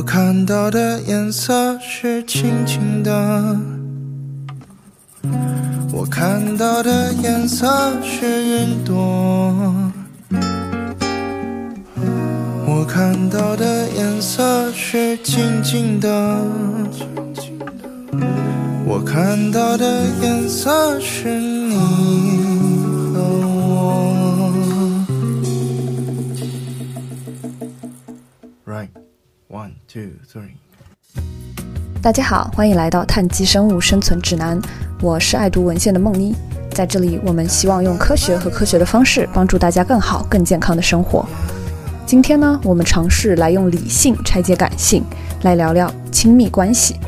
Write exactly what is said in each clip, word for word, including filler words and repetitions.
看到的颜色是轻轻的，我看到的颜色是云朵，我看到的颜色是静静的，我看到的颜色是你和我。 Right, one, two, three。 大家好，欢迎来到碳基生物生存指南，我是爱读文献的梦妮。在这里，我们希望用科学和科学的方式帮助大家更好、更健康的生活。今天呢，我们尝试来用理性拆解感性，来聊聊亲密关系。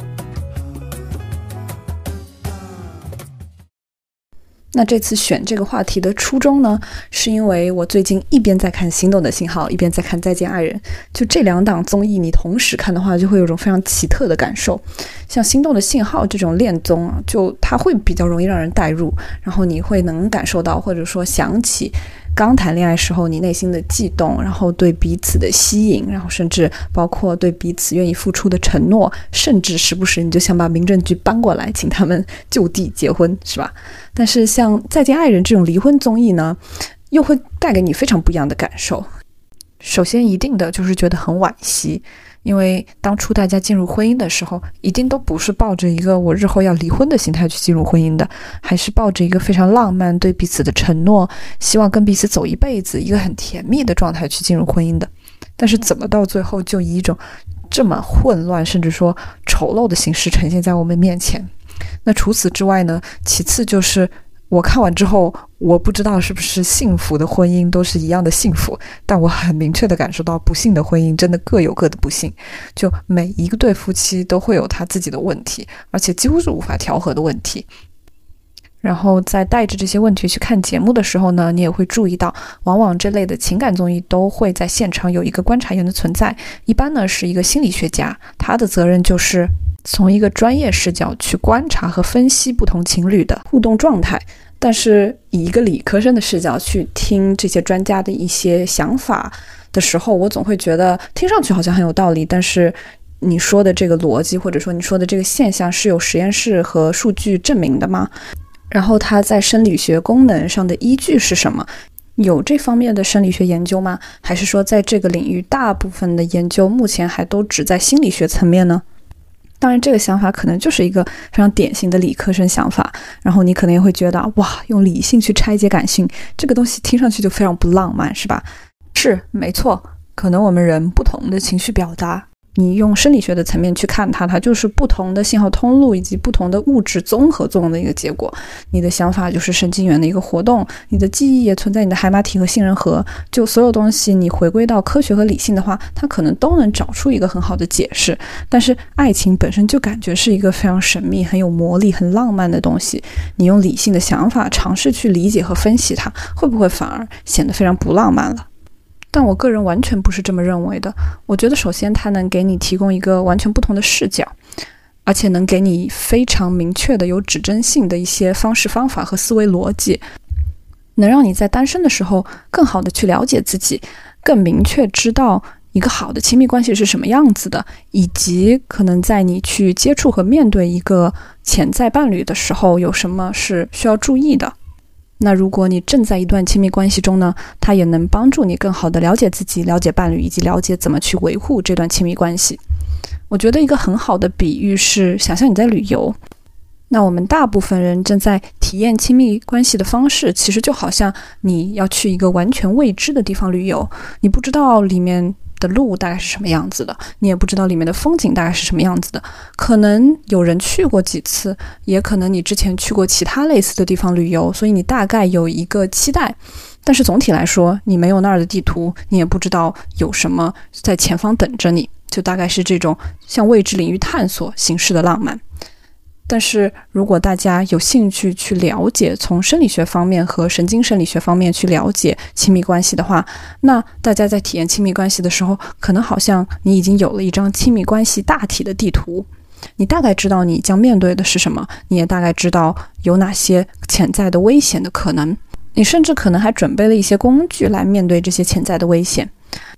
那这次选这个话题的初衷呢，是因为我最近一边在看《心动的信号》，一边在看《再见爱人》。就这两档综艺，你同时看的话，就会有种非常奇特的感受。像《心动的信号》这种恋综啊，就它会比较容易让人带入，然后你会能感受到，或者说想起刚谈恋爱时候你内心的悸动，然后对彼此的吸引，然后甚至包括对彼此愿意付出的承诺，甚至时不时你就想把民政局搬过来，请他们就地结婚，是吧？但是像《再见爱人》这种离婚综艺呢，又会带给你非常不一样的感受。首先一定的就是觉得很惋惜，因为当初大家进入婚姻的时候，一定都不是抱着一个我日后要离婚的心态去进入婚姻的，还是抱着一个非常浪漫对彼此的承诺，希望跟彼此走一辈子，一个很甜蜜的状态去进入婚姻的。但是怎么到最后就以一种这么混乱甚至说丑陋的形式呈现在我们面前？那除此之外呢，其次就是我看完之后，我不知道是不是幸福的婚姻都是一样的幸福，但我很明确的感受到不幸的婚姻真的各有各的不幸，就每一个对夫妻都会有他自己的问题，而且几乎是无法调和的问题。然后在带着这些问题去看节目的时候呢，你也会注意到，往往这类的情感综艺都会在现场有一个观察员的存在，一般呢是一个心理学家，他的责任就是从一个专业视角去观察和分析不同情侣的互动状态，但是以一个理科生的视角去听这些专家的一些想法的时候，我总会觉得听上去好像很有道理，但是你说的这个逻辑或者说你说的这个现象是有实验室和数据证明的吗？然后它在生理学功能上的依据是什么？有这方面的生理学研究吗？还是说在这个领域大部分的研究目前还都只在心理学层面呢？当然这个想法可能就是一个非常典型的理科生想法，然后你可能也会觉得哇，用理性去拆解感性，这个东西听上去就非常不浪漫，是吧？是，没错，可能我们人不同的情绪表达，你用生理学的层面去看它，它就是不同的信号通路以及不同的物质综合作用的一个结果。你的想法就是神经元的一个活动，你的记忆也存在你的海马体和杏仁核，就所有东西你回归到科学和理性的话，它可能都能找出一个很好的解释。但是爱情本身就感觉是一个非常神秘、很有魔力、很浪漫的东西，你用理性的想法尝试去理解和分析它，会不会反而显得非常不浪漫了？但我个人完全不是这么认为的。我觉得首先它能给你提供一个完全不同的视角，而且能给你非常明确的有指针性的一些方式方法和思维逻辑，能让你在单身的时候更好的去了解自己，更明确知道一个好的亲密关系是什么样子的，以及可能在你去接触和面对一个潜在伴侣的时候有什么是需要注意的。那如果你正在一段亲密关系中呢，它也能帮助你更好的了解自己，了解伴侣，以及了解怎么去维护这段亲密关系。我觉得一个很好的比喻是，想象你在旅游，那我们大部分人正在体验亲密关系的方式，其实就好像你要去一个完全未知的地方旅游，你不知道里面的路大概是什么样子的，你也不知道里面的风景大概是什么样子的，可能有人去过几次，也可能你之前去过其他类似的地方旅游，所以你大概有一个期待，但是总体来说你没有那儿的地图，你也不知道有什么在前方等着你，就大概是这种像未知领域探索形式的浪漫。但是如果大家有兴趣去了解，从生理学方面和神经生理学方面去了解亲密关系的话，那大家在体验亲密关系的时候，可能好像你已经有了一张亲密关系大体的地图，你大概知道你将面对的是什么，你也大概知道有哪些潜在的危险的可能，你甚至可能还准备了一些工具来面对这些潜在的危险。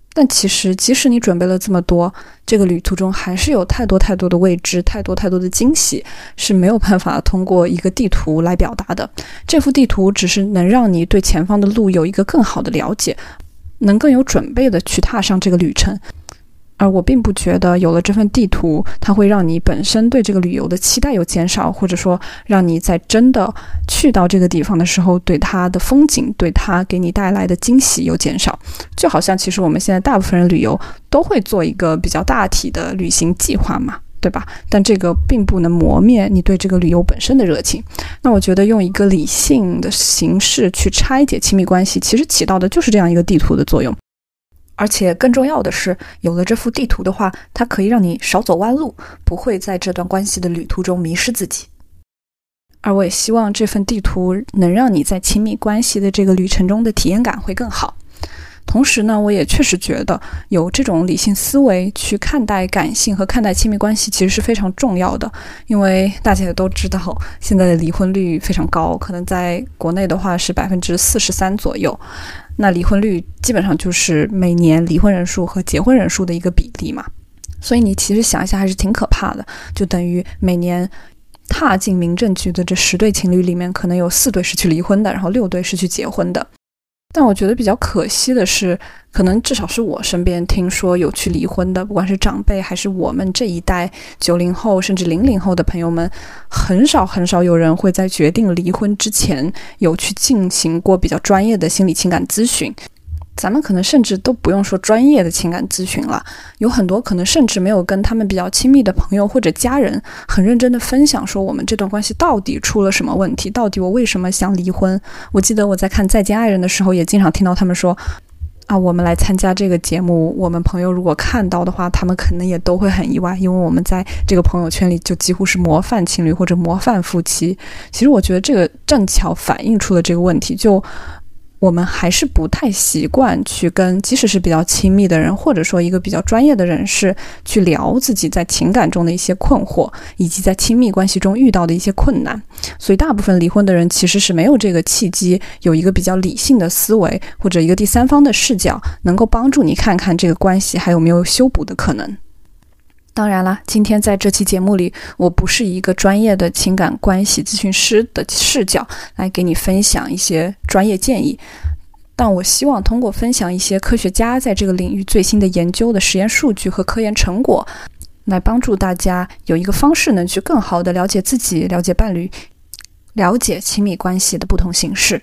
但其实即使你准备了这么多，这个旅途中还是有太多太多的未知，太多太多的惊喜是没有办法通过一个地图来表达的。这幅地图只是能让你对前方的路有一个更好的了解，能更有准备的去踏上这个旅程。而我并不觉得有了这份地图，它会让你本身对这个旅游的期待有减少，或者说让你在真的去到这个地方的时候，对它的风景，对它给你带来的惊喜有减少。就好像其实我们现在大部分人旅游都会做一个比较大体的旅行计划嘛，对吧？但这个并不能磨灭你对这个旅游本身的热情。那我觉得用一个理性的形式去拆解亲密关系，其实起到的就是这样一个地图的作用。而且更重要的是，有了这幅地图的话，它可以让你少走弯路，不会在这段关系的旅途中迷失自己。而我也希望这份地图能让你在亲密关系的这个旅程中的体验感会更好。同时呢，我也确实觉得有这种理性思维去看待感性和看待亲密关系其实是非常重要的。因为大家也都知道现在的离婚率非常高，可能在国内的话是百分之四十三左右。那离婚率基本上就是每年离婚人数和结婚人数的一个比例嘛，所以你其实想一下还是挺可怕的，就等于每年踏进民政局的这十对情侣里面，可能有四对是去离婚的，然后六对是去结婚的。但我觉得比较可惜的是，可能至少是我身边听说有去离婚的，不管是长辈还是我们这一代九零后甚至零零后的朋友们，很少很少有人会在决定离婚之前有去进行过比较专业的心理情感咨询。咱们可能甚至都不用说专业的情感咨询了，有很多可能甚至没有跟他们比较亲密的朋友或者家人很认真的分享说我们这段关系到底出了什么问题，到底我为什么想离婚。我记得我在看《再见爱人》的时候也经常听到他们说啊，我们来参加这个节目，我们朋友如果看到的话，他们可能也都会很意外，因为我们在这个朋友圈里就几乎是模范情侣或者模范夫妻。其实我觉得这个正巧反映出了这个问题，就我们还是不太习惯去跟即使是比较亲密的人，或者说一个比较专业的人士去聊自己在情感中的一些困惑，以及在亲密关系中遇到的一些困难。所以大部分离婚的人其实是没有这个契机，有一个比较理性的思维，或者一个第三方的视角，能够帮助你看看这个关系还有没有修补的可能。当然了，今天在这期节目里，我不是一个专业的情感关系咨询师的视角来给你分享一些专业建议，但我希望通过分享一些科学家在这个领域最新的研究的实验数据和科研成果，来帮助大家有一个方式能去更好地了解自己，了解伴侣，了解亲密关系的不同形式。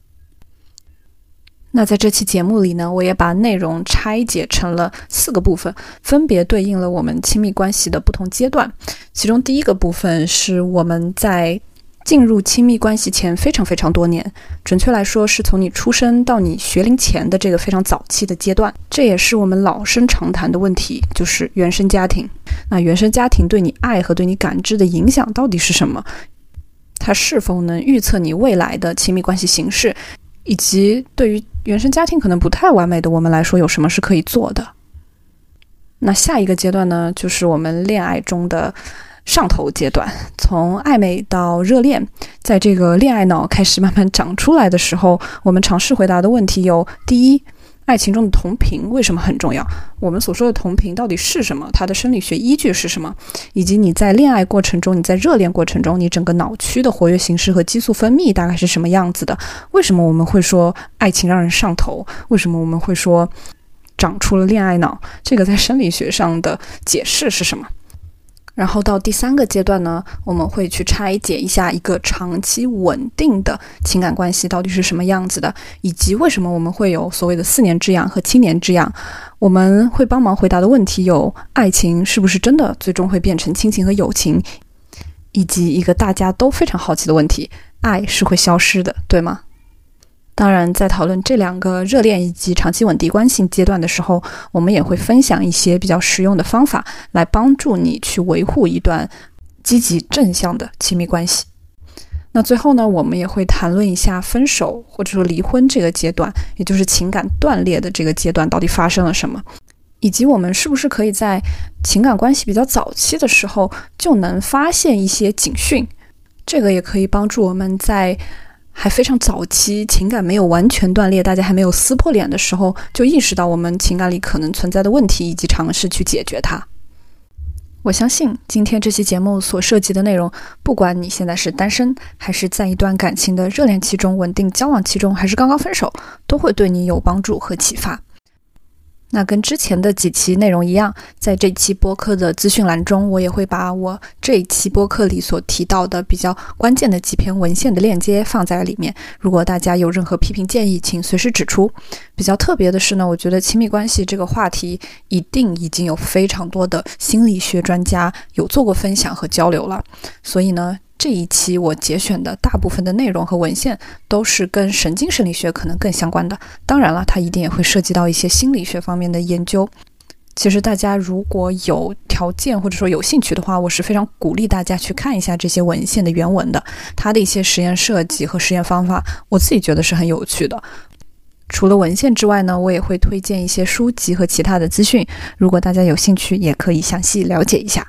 那在这期节目里呢，我也把内容拆解成了四个部分，分别对应了我们亲密关系的不同阶段。其中第一个部分是我们在进入亲密关系前非常非常多年，准确来说是从你出生到你学龄前的这个非常早期的阶段。这也是我们老生常谈的问题，就是原生家庭。那原生家庭对你爱和对你感知的影响到底是什么？它是否能预测你未来的亲密关系形式？以及对于原生家庭可能不太完美的我们来说，有什么是可以做的？那下一个阶段呢，就是我们恋爱中的上头阶段，从暧昧到热恋，在这个恋爱脑开始慢慢长出来的时候，我们尝试回答的问题有：第一，爱情中的同频为什么很重要？我们所说的同频到底是什么？它的生理学依据是什么？以及你在恋爱过程中，你在热恋过程中，你整个脑区的活跃形式和激素分泌大概是什么样子的？为什么我们会说爱情让人上头？为什么我们会说长出了恋爱脑？这个在生理学上的解释是什么？然后到第三个阶段呢，我们会去拆解一下一个长期稳定的情感关系到底是什么样子的，以及为什么我们会有所谓的四年之痒和七年之痒。我们会帮忙回答的问题有：爱情是不是真的最终会变成亲情和友情？以及一个大家都非常好奇的问题：爱是会消失的，对吗？当然，在讨论这两个热恋以及长期稳定关系阶段的时候，我们也会分享一些比较实用的方法，来帮助你去维护一段积极正向的亲密关系。那最后呢，我们也会谈论一下分手或者说离婚这个阶段，也就是情感断裂的这个阶段到底发生了什么，以及我们是不是可以在情感关系比较早期的时候就能发现一些警讯。这个也可以帮助我们在还非常早期，情感没有完全断裂，大家还没有撕破脸的时候，就意识到我们情感里可能存在的问题，以及尝试去解决它。我相信今天这期节目所涉及的内容，不管你现在是单身，还是在一段感情的热恋期中、稳定交往期中，还是刚刚分手，都会对你有帮助和启发。那跟之前的几期内容一样，在这期播客的资讯栏中，我也会把我这一期播客里所提到的比较关键的几篇文献的链接放在里面。如果大家有任何批评建议，请随时指出。比较特别的是呢，我觉得亲密关系这个话题一定已经有非常多的心理学专家有做过分享和交流了，所以呢，这一期我节选的大部分的内容和文献都是跟神经生理学可能更相关的，当然了，它一定也会涉及到一些心理学方面的研究。其实大家如果有条件或者说有兴趣的话，我是非常鼓励大家去看一下这些文献的原文的，它的一些实验设计和实验方法，我自己觉得是很有趣的。除了文献之外呢，我也会推荐一些书籍和其他的资讯，如果大家有兴趣也可以详细了解一下。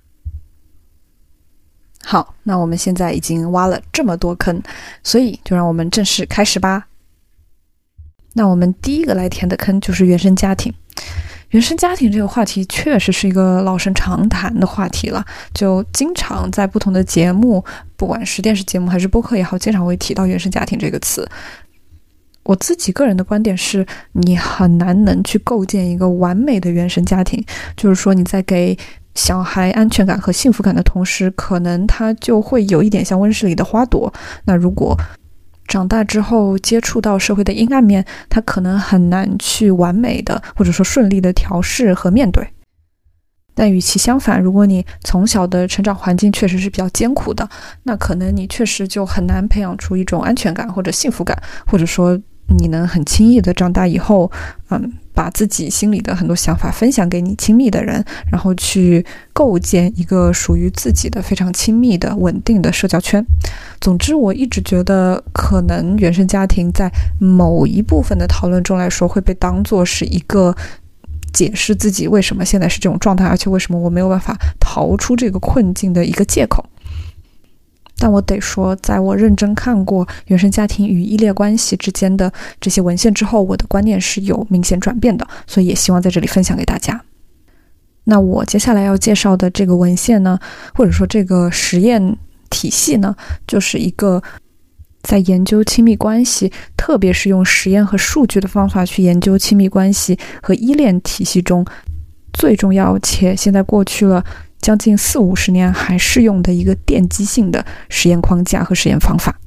好，那我们现在已经挖了这么多坑，所以就让我们正式开始吧。那我们第一个来填的坑就是原生家庭。原生家庭这个话题确实是一个老生常谈的话题了，就经常在不同的节目，不管是电视节目还是播客也好，经常会提到原生家庭这个词。我自己个人的观点是，你很难能去构建一个完美的原生家庭，就是说你在给小孩安全感和幸福感的同时，可能他就会有一点像温室里的花朵。那如果长大之后接触到社会的阴暗面，他可能很难去完美的或者说顺利的调试和面对。但与其相反，如果你从小的成长环境确实是比较艰苦的，那可能你确实就很难培养出一种安全感或者幸福感，或者说你能很轻易的长大以后，嗯，把自己心里的很多想法分享给你亲密的人，然后去构建一个属于自己的非常亲密的稳定的社交圈。总之，我一直觉得可能原生家庭在某一部分的讨论中来说，会被当作是一个解释自己为什么现在是这种状态，而且为什么我没有办法逃出这个困境的一个借口。但我得说，在我认真看过原生家庭与依恋关系之间的这些文献之后，我的观念是有明显转变的，所以也希望在这里分享给大家。那我接下来要介绍的这个文献呢，或者说这个实验体系呢，就是一个在研究亲密关系，特别是用实验和数据的方法去研究亲密关系和依恋体系中最重要且现在过去了将近四五十年还适用的一个奠基性的实验框架和实验方法。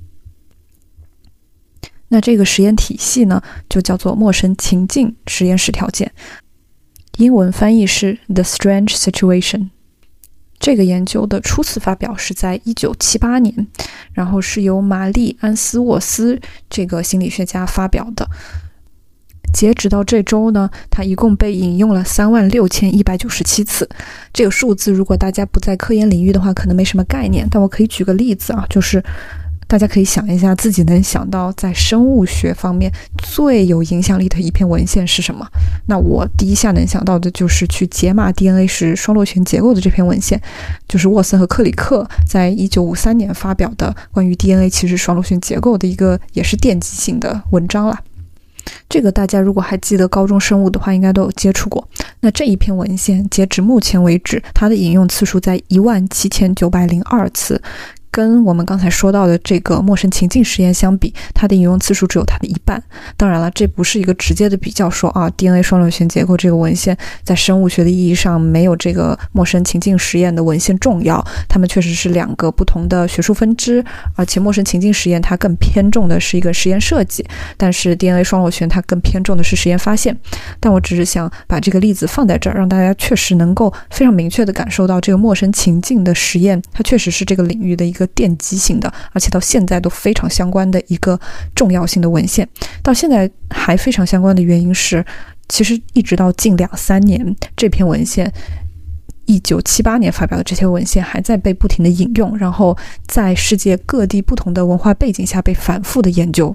那这个实验体系呢，就叫做陌生情境实验室条件，英文翻译是 The Strange Situation。 这个研究的初次发表是在一九七八年，然后是由玛丽安斯沃斯这个心理学家发表的。截止到这周呢，它一共被引用了三万六千一百九十七次。这个数字如果大家不在科研领域的话，可能没什么概念，但我可以举个例子啊，就是大家可以想一下自己能想到在生物学方面最有影响力的一篇文献是什么。那我第一下能想到的就是去解码 D N A 是双螺旋结构的这篇文献，就是沃森和克里克在一九五三年发表的关于 D N A 其实双螺旋结构的一个也是奠基性的文章啦。这个大家如果还记得高中生物的话，应该都有接触过。那这一篇文献截止目前为止，它的引用次数在一万七千九百零二次，跟我们刚才说到的这个陌生情境实验相比，它的引用次数只有它的一半。当然了，这不是一个直接的比较，说啊 D N A 双螺旋结构这个文献在生物学的意义上没有这个陌生情境实验的文献重要，它们确实是两个不同的学术分支，而且陌生情境实验它更偏重的是一个实验设计，但是 D N A 双螺旋它更偏重的是实验发现。但我只是想把这个例子放在这儿，让大家确实能够非常明确的感受到这个陌生情境的实验，它确实是这个领域的一个奠基性的，而且到现在都非常相关的一个重要性的文献。到现在还非常相关的原因是，其实一直到近两三年，这篇文献一九七八年发表的这些文献还在被不停的引用，然后在世界各地不同的文化背景下被反复的研究。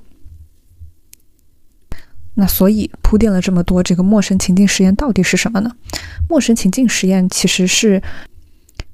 那所以铺垫了这么多，这个陌生情境实验到底是什么呢？陌生情境实验其实是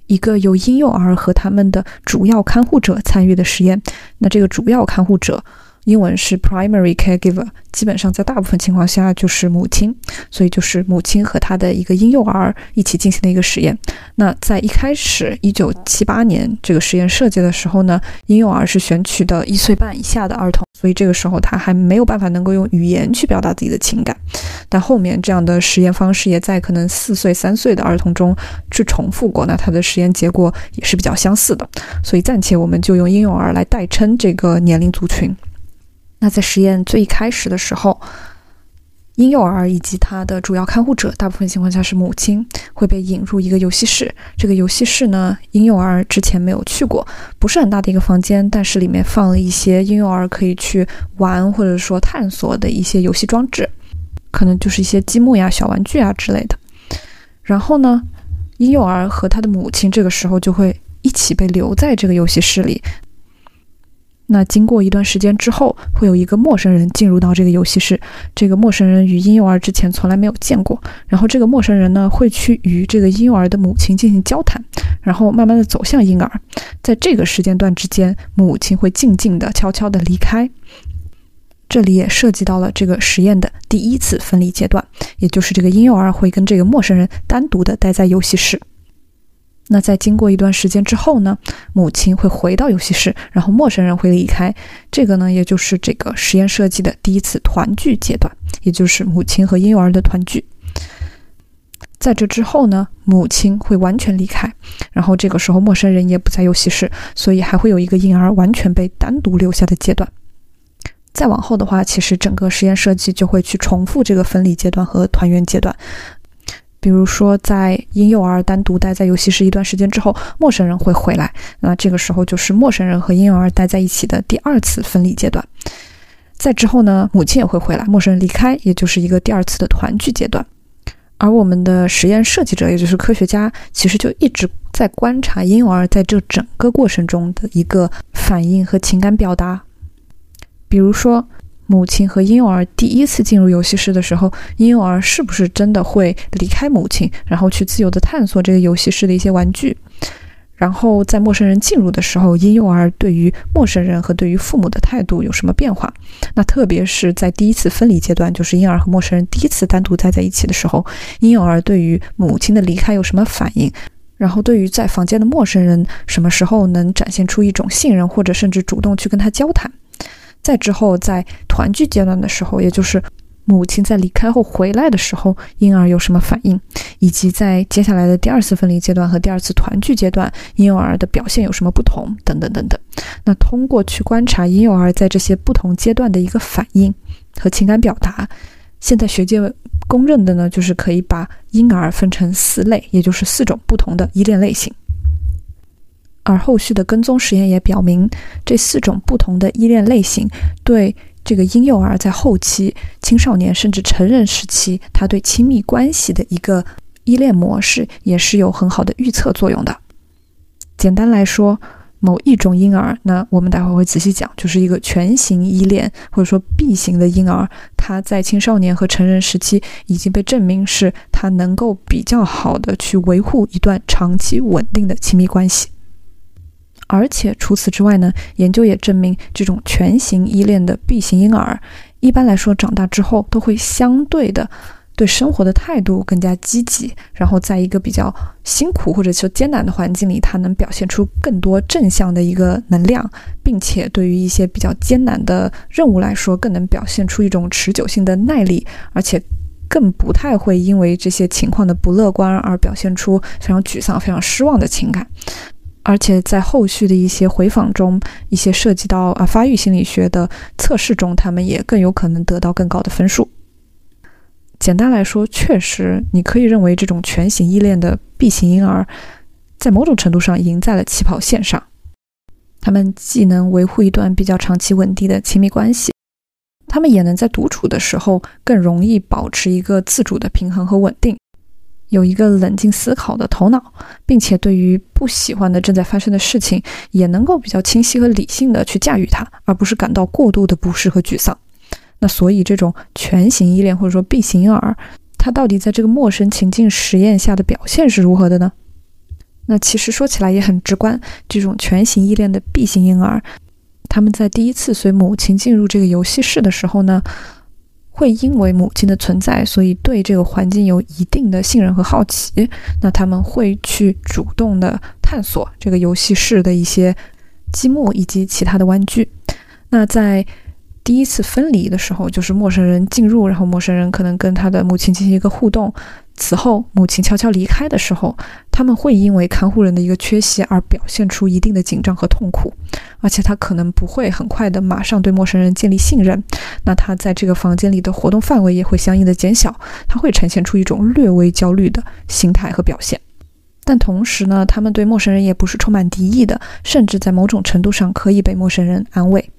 一个由婴幼儿和他们的主要看护者参与的实验。那这个主要看护者英文是 primary caregiver， 基本上在大部分情况下就是母亲，所以就是母亲和她的一个婴幼儿一起进行的一个实验。那在一开始一九七八年这个实验设计的时候呢，婴幼儿是选取的一岁半以下的儿童，所以这个时候他还没有办法能够用语言去表达自己的情感。但后面这样的实验方式也在可能四岁三岁的儿童中去重复过，那他的实验结果也是比较相似的，所以暂且我们就用婴幼儿来代称这个年龄族群。那在实验最一开始的时候，婴幼儿以及他的主要看护者，大部分情况下是母亲，会被引入一个游戏室。这个游戏室呢，婴幼儿之前没有去过，不是很大的一个房间，但是里面放了一些婴幼儿可以去玩或者说探索的一些游戏装置，可能就是一些积木呀、小玩具啊之类的。然后呢，婴幼儿和他的母亲这个时候就会一起被留在这个游戏室里。那经过一段时间之后，会有一个陌生人进入到这个游戏室，这个陌生人与婴幼儿之前从来没有见过，然后这个陌生人呢会去与这个婴幼儿的母亲进行交谈，然后慢慢的走向婴儿。在这个时间段之间，母亲会静静的悄悄的离开。这里也涉及到了这个实验的第一次分离阶段，也就是这个婴幼儿会跟这个陌生人单独的待在游戏室。那在经过一段时间之后呢，母亲会回到游戏室，然后陌生人会离开。这个呢，也就是这个实验设计的第一次团聚阶段，也就是母亲和婴幼儿的团聚。在这之后呢，母亲会完全离开，然后这个时候陌生人也不在游戏室，所以还会有一个婴儿完全被单独留下的阶段。再往后的话，其实整个实验设计就会去重复这个分离阶段和团圆阶段。比如说在婴幼儿单独待在游戏室一段时间之后，陌生人会回来，那这个时候就是陌生人和婴幼儿待在一起的第二次分离阶段。再之后呢，母亲也会回来，陌生人离开，也就是一个第二次的团聚阶段。而我们的实验设计者，也就是科学家，其实就一直在观察婴幼儿在这整个过程中的一个反应和情感表达。比如说母亲和婴幼儿第一次进入游戏室的时候，婴幼儿是不是真的会离开母亲，然后去自由的探索这个游戏室的一些玩具？然后在陌生人进入的时候，婴幼儿对于陌生人和对于父母的态度有什么变化？那特别是在第一次分离阶段，就是婴儿和陌生人第一次单独待在一起的时候，婴幼儿对于母亲的离开有什么反应？然后对于在房间的陌生人，什么时候能展现出一种信任，或者甚至主动去跟他交谈？再之后在团聚阶段的时候，也就是母亲在离开后回来的时候，婴儿有什么反应，以及在接下来的第二次分离阶段和第二次团聚阶段，婴幼儿的表现有什么不同，等等等等。那通过去观察婴幼儿在这些不同阶段的一个反应和情感表达，现在学界公认的呢，就是可以把婴儿分成四类，也就是四种不同的依恋类型。而后续的跟踪实验也表明，这四种不同的依恋类型对这个婴幼儿在后期、青少年甚至成人时期，他对亲密关系的一个依恋模式也是有很好的预测作用的。简单来说，某一种婴儿，那我们待会会仔细讲，就是一个全型依恋或者说 B 型的婴儿，他在青少年和成人时期已经被证明是他能够比较好的去维护一段长期稳定的亲密关系。而且除此之外呢，研究也证明这种全型依恋的 B 型婴儿，一般来说长大之后都会相对的对生活的态度更加积极，然后在一个比较辛苦或者说艰难的环境里，他能表现出更多正向的一个能量，并且对于一些比较艰难的任务来说，更能表现出一种持久性的耐力，而且更不太会因为这些情况的不乐观而表现出非常沮丧、非常失望的情感。而且在后续的一些回访中，一些涉及到啊发育心理学的测试中，他们也更有可能得到更高的分数。简单来说，确实你可以认为这种全型依恋的 B 型婴儿在某种程度上赢在了起跑线上。他们既能维护一段比较长期稳定的亲密关系，他们也能在独处的时候更容易保持一个自主的平衡和稳定，有一个冷静思考的头脑，并且对于不喜欢的正在发生的事情也能够比较清晰和理性的去驾驭它，而不是感到过度的不适和沮丧。那所以这种全型依恋或者说 B 型婴儿，它到底在这个陌生情境实验下的表现是如何的呢？ 那其实说起来也很直观，这种全型依恋的 B 型婴儿，他们在第一次随母亲进入这个游戏室的时候呢，会因为母亲的存在，所以对这个环境有一定的信任和好奇，那他们会去主动的探索这个游戏室的一些积木以及其他的玩具。那在第一次分离的时候，就是陌生人进入，然后陌生人可能跟他的母亲进行一个互动，此后母亲悄悄离开的时候，他们会因为看护人的一个缺席而表现出一定的紧张和痛苦，而且他可能不会很快的马上对陌生人建立信任，那他在这个房间里的活动范围也会相应的减小，他会呈现出一种略微焦虑的心态和表现。但同时呢，他们对陌生人也不是充满敌意的，甚至在某种程度上可以被陌生人安慰。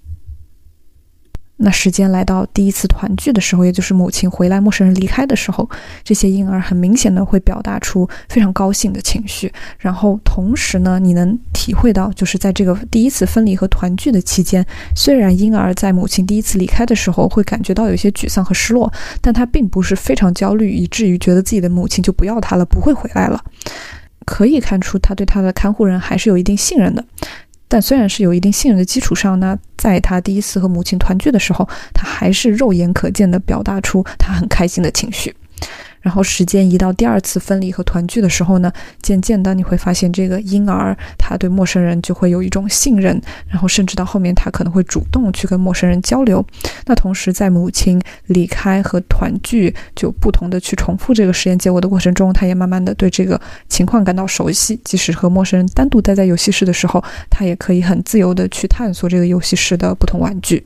那时间来到第一次团聚的时候，也就是母亲回来陌生人离开的时候，这些婴儿很明显的会表达出非常高兴的情绪，然后同时呢，你能体会到就是在这个第一次分离和团聚的期间，虽然婴儿在母亲第一次离开的时候会感觉到有些沮丧和失落，但他并不是非常焦虑以至于觉得自己的母亲就不要他了，不会回来了。可以看出他对他的看护人还是有一定信任的，但虽然是有一定信任的基础上呢，在他第一次和母亲团聚的时候，他还是肉眼可见地表达出他很开心的情绪。然后时间移到第二次分离和团聚的时候呢，渐渐的你会发现这个婴儿他对陌生人就会有一种信任，然后甚至到后面他可能会主动去跟陌生人交流。那同时在母亲离开和团聚就不同的去重复这个实验结果的过程中，他也慢慢的对这个情况感到熟悉，即使和陌生人单独待在游戏室的时候，他也可以很自由的去探索这个游戏室的不同玩具。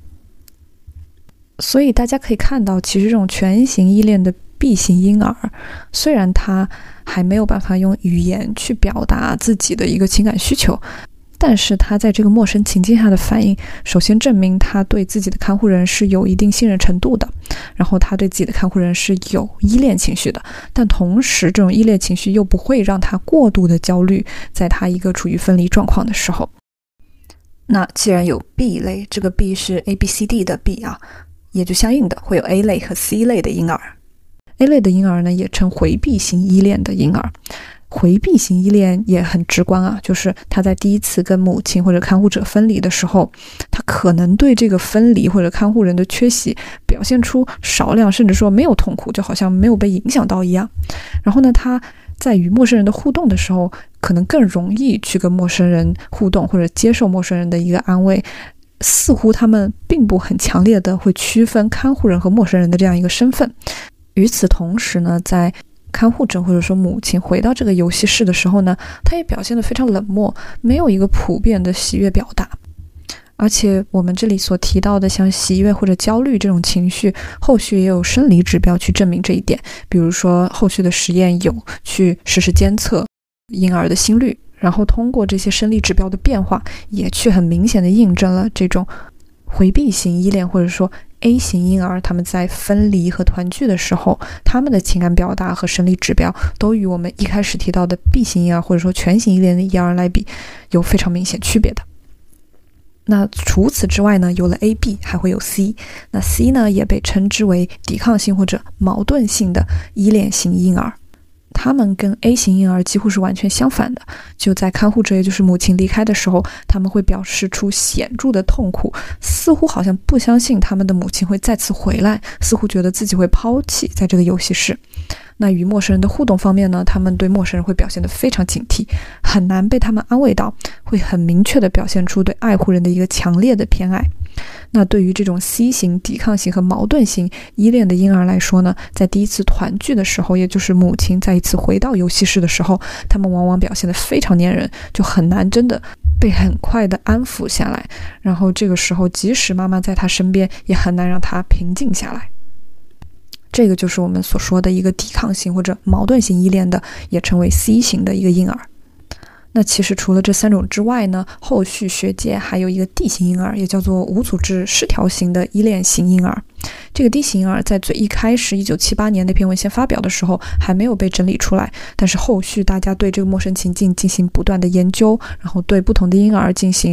所以大家可以看到，其实这种全型依恋的B 型婴儿，虽然他还没有办法用语言去表达自己的一个情感需求，但是他在这个陌生情境下的反应，首先证明他对自己的看护人是有一定信任程度的，然后他对自己的看护人是有依恋情绪的，但同时这种依恋情绪又不会让他过度的焦虑，在他一个处于分离状况的时候。那既然有 B 类，这个 B 是 A B C D 的 B 啊，也就相应的会有 A 类和 C 类的婴儿。A 类的婴儿呢，也称回避型依恋的婴儿。回避型依恋也很直观啊，就是他在第一次跟母亲或者看护者分离的时候，他可能对这个分离或者看护人的缺席表现出少量甚至说没有痛苦，就好像没有被影响到一样。然后呢，他在与陌生人的互动的时候，可能更容易去跟陌生人互动或者接受陌生人的一个安慰，似乎他们并不很强烈的会区分看护人和陌生人的这样一个身份。与此同时呢，在看护者或者说母亲回到这个游戏室的时候呢，他也表现得非常冷漠，没有一个普遍的喜悦表达。而且我们这里所提到的像喜悦或者焦虑这种情绪，后续也有生理指标去证明这一点，比如说后续的实验有去实时监测婴儿的心率，然后通过这些生理指标的变化，也去很明显的印证了这种回避型依恋或者说 A 型婴儿他们在分离和团聚的时候，他们的情感表达和生理指标都与我们一开始提到的 B 型婴儿或者说全型依恋的婴儿来比有非常明显区别的。那除此之外呢，有了 A B 还会有 C， 那 C 呢也被称之为抵抗性或者矛盾性的依恋型婴儿。他们跟 A 型婴儿几乎是完全相反的，就在看护者也就是母亲离开的时候，他们会表示出显著的痛苦，似乎好像不相信他们的母亲会再次回来，似乎觉得自己会抛弃在这个游戏室。那与陌生人的互动方面呢，他们对陌生人会表现得非常警惕，很难被他们安慰到，会很明确地表现出对爱护人的一个强烈的偏爱。那对于这种 C 型抵抗型和矛盾型依恋的婴儿来说呢，在第一次团聚的时候，也就是母亲再一次回到游戏室的时候，他们往往表现得非常粘人，就很难真的被很快的安抚下来，然后这个时候即使妈妈在他身边，也很难让他平静下来。这个就是我们所说的一个抵抗型或者矛盾型依恋的，也称为 C 型的一个婴儿。那其实除了这三种之外呢，后续学界还有一个 D 型婴儿，也叫做无组织失调型的依恋型婴儿。这个 D 型婴儿在最一开始一九七八年那篇文献发表的时候还没有被整理出来，但是后续大家对这个陌生情境进行不断的研究，然后对不同的婴儿进行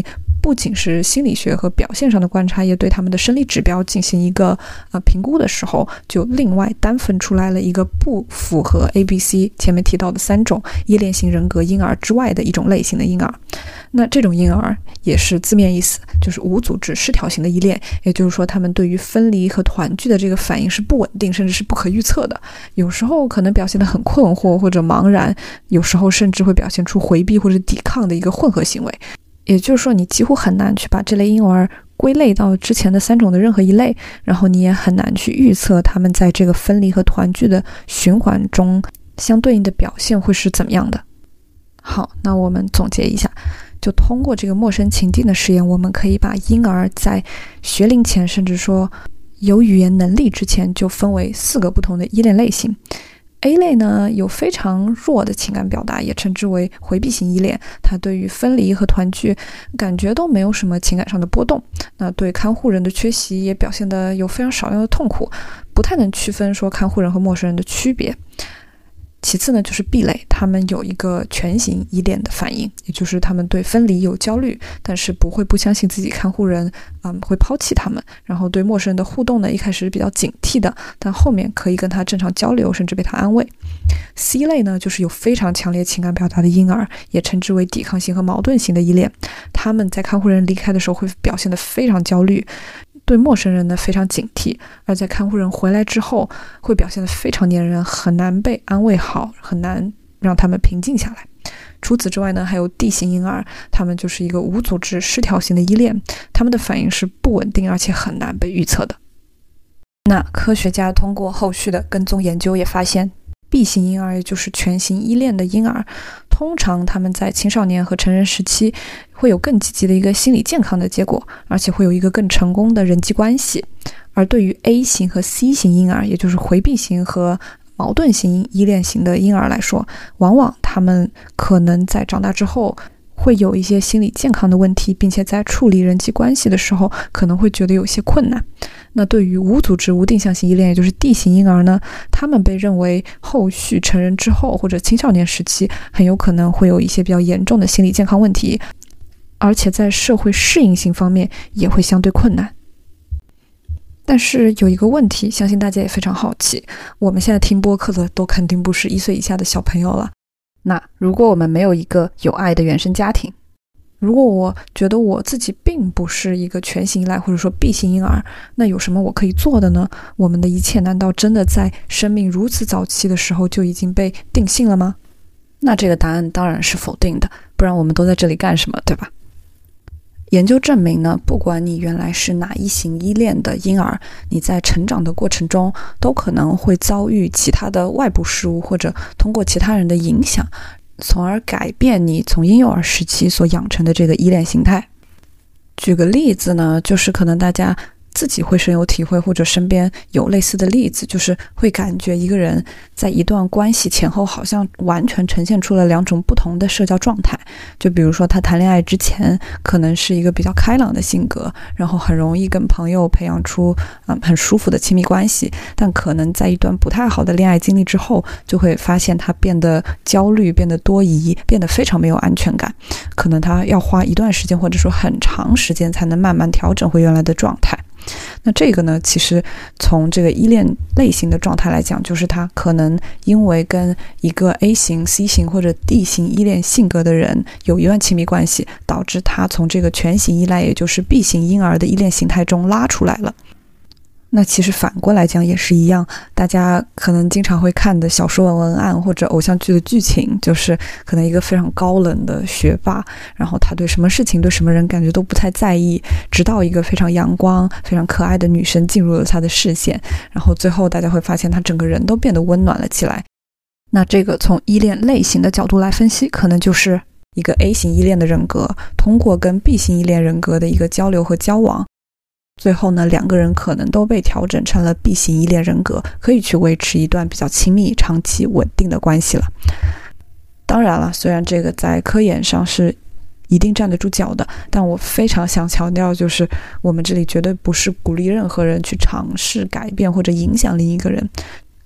不仅是心理学和表现上的观察，也对他们的生理指标进行一个呃评估的时候，就另外单分出来了一个不符合 A B C 前面提到的三种依恋型人格婴儿之外的一种类型的婴儿。那这种婴儿也是字面意思，就是无组织失调型的依恋，也就是说他们对于分离和团聚的这个反应是不稳定，甚至是不可预测的，有时候可能表现得很困惑或者茫然，有时候甚至会表现出回避或者抵抗的一个混合行为。也就是说你几乎很难去把这类婴儿归类到之前的三种的任何一类，然后你也很难去预测他们在这个分离和团聚的循环中相对应的表现会是怎么样的。好，那我们总结一下，就通过这个陌生情境的实验，我们可以把婴儿在学龄前甚至说有语言能力之前就分为四个不同的依恋类型。A 类呢有非常弱的情感表达，也称之为回避型依恋，它对于分离和团聚感觉都没有什么情感上的波动，那对看护人的缺席也表现得有非常少量的痛苦，不太能区分说看护人和陌生人的区别。其次呢就是 B 类，他们有一个全型依恋的反应，也就是他们对分离有焦虑，但是不会不相信自己看护人嗯会抛弃他们，然后对陌生人的互动呢一开始是比较警惕的，但后面可以跟他正常交流，甚至被他安慰。C 类呢就是有非常强烈情感表达的婴儿，也称之为抵抗型和矛盾型的依恋，他们在看护人离开的时候会表现得非常焦虑，对陌生人呢非常警惕，而在看护人回来之后会表现得非常粘人，很难被安慰好，很难让他们平静下来。除此之外呢还有 D 型婴儿，他们就是一个无组织失调型的依恋，他们的反应是不稳定而且很难被预测的。那科学家通过后续的跟踪研究也发现， B 型婴儿也就是全型依恋的婴儿，通常他们在青少年和成人时期会有更积极的一个心理健康的结果，而且会有一个更成功的人际关系。而对于 A 型和 C 型婴儿，也就是回避型和矛盾型依恋型的婴儿来说，往往他们可能在长大之后会有一些心理健康的问题，并且在处理人际关系的时候可能会觉得有些困难。那对于无组织无定向型依恋，也就是 D 型婴儿呢，他们被认为后续成人之后或者青少年时期很有可能会有一些比较严重的心理健康问题，而且在社会适应性方面也会相对困难。但是有一个问题，相信大家也非常好奇，我们现在听播客的都肯定不是一岁以下的小朋友了，那如果我们没有一个有爱的原生家庭，如果我觉得我自己并不是一个全型依赖或者说 B 型婴儿，那有什么我可以做的呢？我们的一切难道真的在生命如此早期的时候就已经被定性了吗？那这个答案当然是否定的，不然我们都在这里干什么，对吧？研究证明呢，不管你原来是哪一型依恋的婴儿，你在成长的过程中都可能会遭遇其他的外部事物，或者通过其他人的影响，从而改变你从婴幼儿时期所养成的这个依恋形态。举个例子呢，就是可能大家自己会深有体会，或者身边有类似的例子，就是会感觉一个人在一段关系前后好像完全呈现出了两种不同的社交状态。就比如说他谈恋爱之前可能是一个比较开朗的性格，然后很容易跟朋友培养出、嗯、很舒服的亲密关系，但可能在一段不太好的恋爱经历之后，就会发现他变得焦虑，变得多疑，变得非常没有安全感，可能他要花一段时间或者说很长时间才能慢慢调整回原来的状态。那这个呢，其实从这个依恋类型的状态来讲，就是他可能因为跟一个 A 型、C 型或者 D 型依恋性格的人有一段亲密关系，导致他从这个全型依赖，也就是 B 型婴儿的依恋形态中拉出来了。那其实反过来讲也是一样，大家可能经常会看的小说文案或者偶像剧的剧情，就是可能一个非常高冷的学霸，然后他对什么事情对什么人感觉都不太在意，直到一个非常阳光非常可爱的女生进入了他的视线，然后最后大家会发现他整个人都变得温暖了起来。那这个从依恋类型的角度来分析，可能就是一个 A 型依恋的人格通过跟 B 型依恋人格的一个交流和交往，最后呢，两个人可能都被调整成了 B 型依恋人格，可以去维持一段比较亲密、长期稳定的关系了。当然了，虽然这个在科研上是一定站得住脚的，但我非常想强调，就是我们这里绝对不是鼓励任何人去尝试改变或者影响另一个人。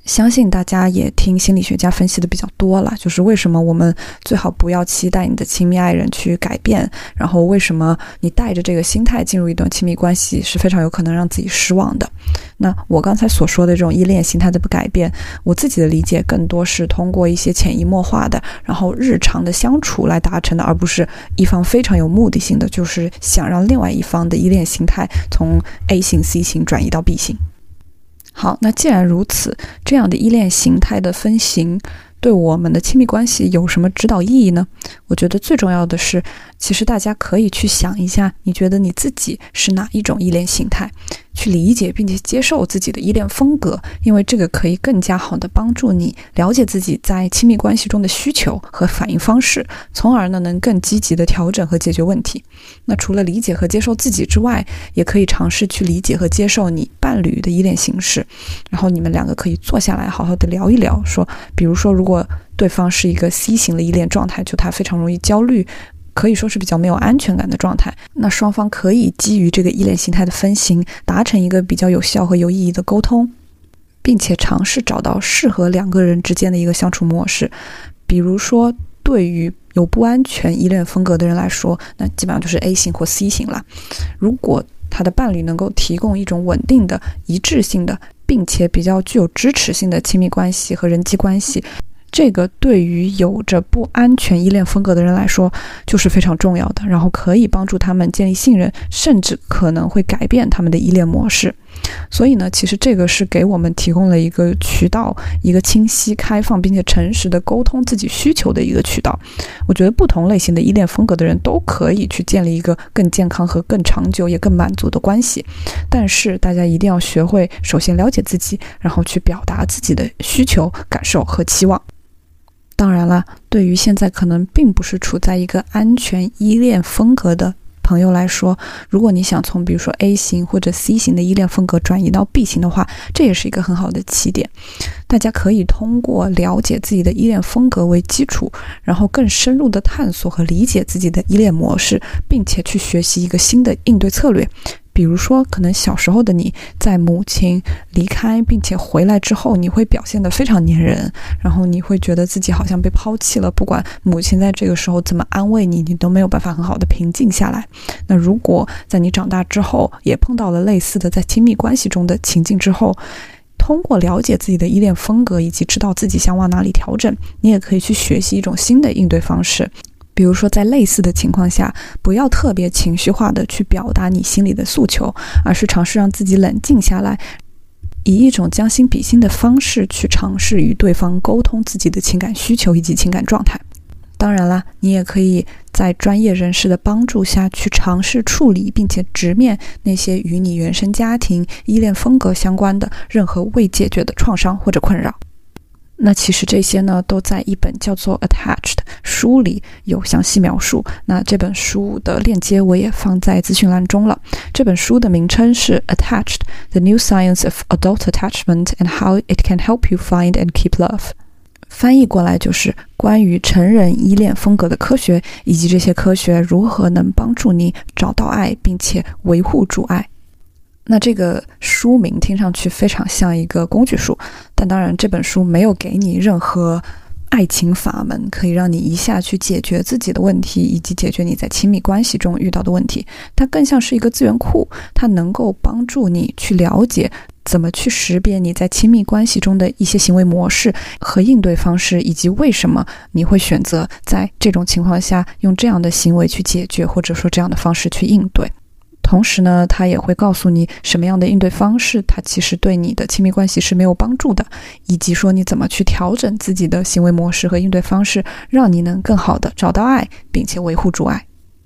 相信大家也听心理学家分析的比较多了，就是为什么我们最好不要期待你的亲密爱人去改变，然后为什么你带着这个心态进入一段亲密关系是非常有可能让自己失望的。那我刚才所说的这种依恋心态的改变，我自己的理解更多是通过一些潜移默化的，然后日常的相处来达成的，而不是一方非常有目的性的，就是想让另外一方的依恋心态从 A 型 C 型转移到 B 型。好，那既然如此，这样的依恋形态的分型对我们的亲密关系有什么指导意义呢？我觉得最重要的是，其实大家可以去想一下，你觉得你自己是哪一种依恋形态，去理解并且接受自己的依恋风格，因为这个可以更加好的帮助你了解自己在亲密关系中的需求和反应方式，从而呢能更积极的调整和解决问题。那除了理解和接受自己之外，也可以尝试去理解和接受你伴侣的依恋形式，然后你们两个可以坐下来好好的聊一聊，说比如说如果对方是一个 C 型的依恋状态，就他非常容易焦虑，可以说是比较没有安全感的状态，那双方可以基于这个依恋形态的分型达成一个比较有效和有意义的沟通，并且尝试找到适合两个人之间的一个相处模式。比如说对于有不安全依恋风格的人来说，那基本上就是 A 型或 C 型了。如果他的伴侣能够提供一种稳定的、一致性的，并且比较具有支持性的亲密关系和人际关系，这个对于有着不安全依恋风格的人来说就是非常重要的，然后可以帮助他们建立信任，甚至可能会改变他们的依恋模式。所以呢，其实这个是给我们提供了一个渠道，一个清晰、开放并且诚实的沟通自己需求的一个渠道。我觉得不同类型的依恋风格的人都可以去建立一个更健康和更长久也更满足的关系，但是大家一定要学会首先了解自己，然后去表达自己的需求、感受和期望。当然了，对于现在可能并不是处在一个安全依恋风格的朋友来说，如果你想从比如说 A 型或者 C 型的依恋风格转移到 B 型的话，这也是一个很好的起点。大家可以通过了解自己的依恋风格为基础，然后更深入的探索和理解自己的依恋模式，并且去学习一个新的应对策略。比如说可能小时候的你在母亲离开并且回来之后，你会表现得非常粘人，然后你会觉得自己好像被抛弃了，不管母亲在这个时候怎么安慰你，你都没有办法很好的平静下来。那如果在你长大之后也碰到了类似的在亲密关系中的情境之后，通过了解自己的依恋风格以及知道自己想往哪里调整，你也可以去学习一种新的应对方式。比如说在类似的情况下，不要特别情绪化的去表达你心里的诉求，而是尝试让自己冷静下来，以一种将心比心的方式去尝试与对方沟通自己的情感需求以及情感状态。当然啦，你也可以在专业人士的帮助下去尝试处理并且直面那些与你原生家庭依恋风格相关的任何未解决的创伤或者困扰。那其实这些呢都在一本叫做 Attached 书里有详细描述，那这本书的链接我也放在资讯栏中了。这本书的名称是 Attached: The New Science of Adult Attachment and How It Can Help You Find and Keep Love， 翻译过来就是关于成人依恋风格的科学，以及这些科学如何能帮助你找到爱并且维护住爱。那这个书名听上去非常像一个工具书，但当然这本书没有给你任何爱情法门可以让你一下去解决自己的问题以及解决你在亲密关系中遇到的问题，它更像是一个资源库，它能够帮助你去了解怎么去识别你在亲密关系中的一些行为模式和应对方式，以及为什么你会选择在这种情况下用这样的行为去解决，或者说这样的方式去应对。同时呢，他也会告诉你什么样的应对方式它其实对你的亲密关系是没有帮助的，以及说你怎么去调整自己的行为模式和应对方式，让你能更好的找到爱并且维护住爱。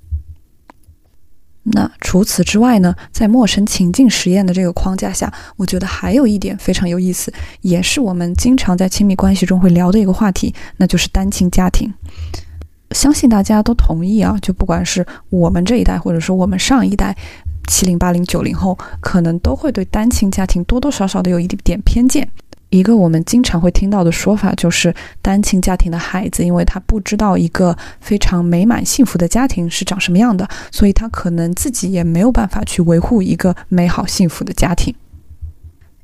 那除此之外呢，在陌生情境实验的这个框架下，我觉得还有一点非常有意思，也是我们经常在亲密关系中会聊的一个话题，那就是单亲家庭。相信大家都同意啊，就不管是我们这一代或者说我们上一代七零八零九零后，可能都会对单亲家庭多多少少的有一点偏见。一个我们经常会听到的说法就是单亲家庭的孩子因为他不知道一个非常美满幸福的家庭是长什么样的，所以他可能自己也没有办法去维护一个美好幸福的家庭。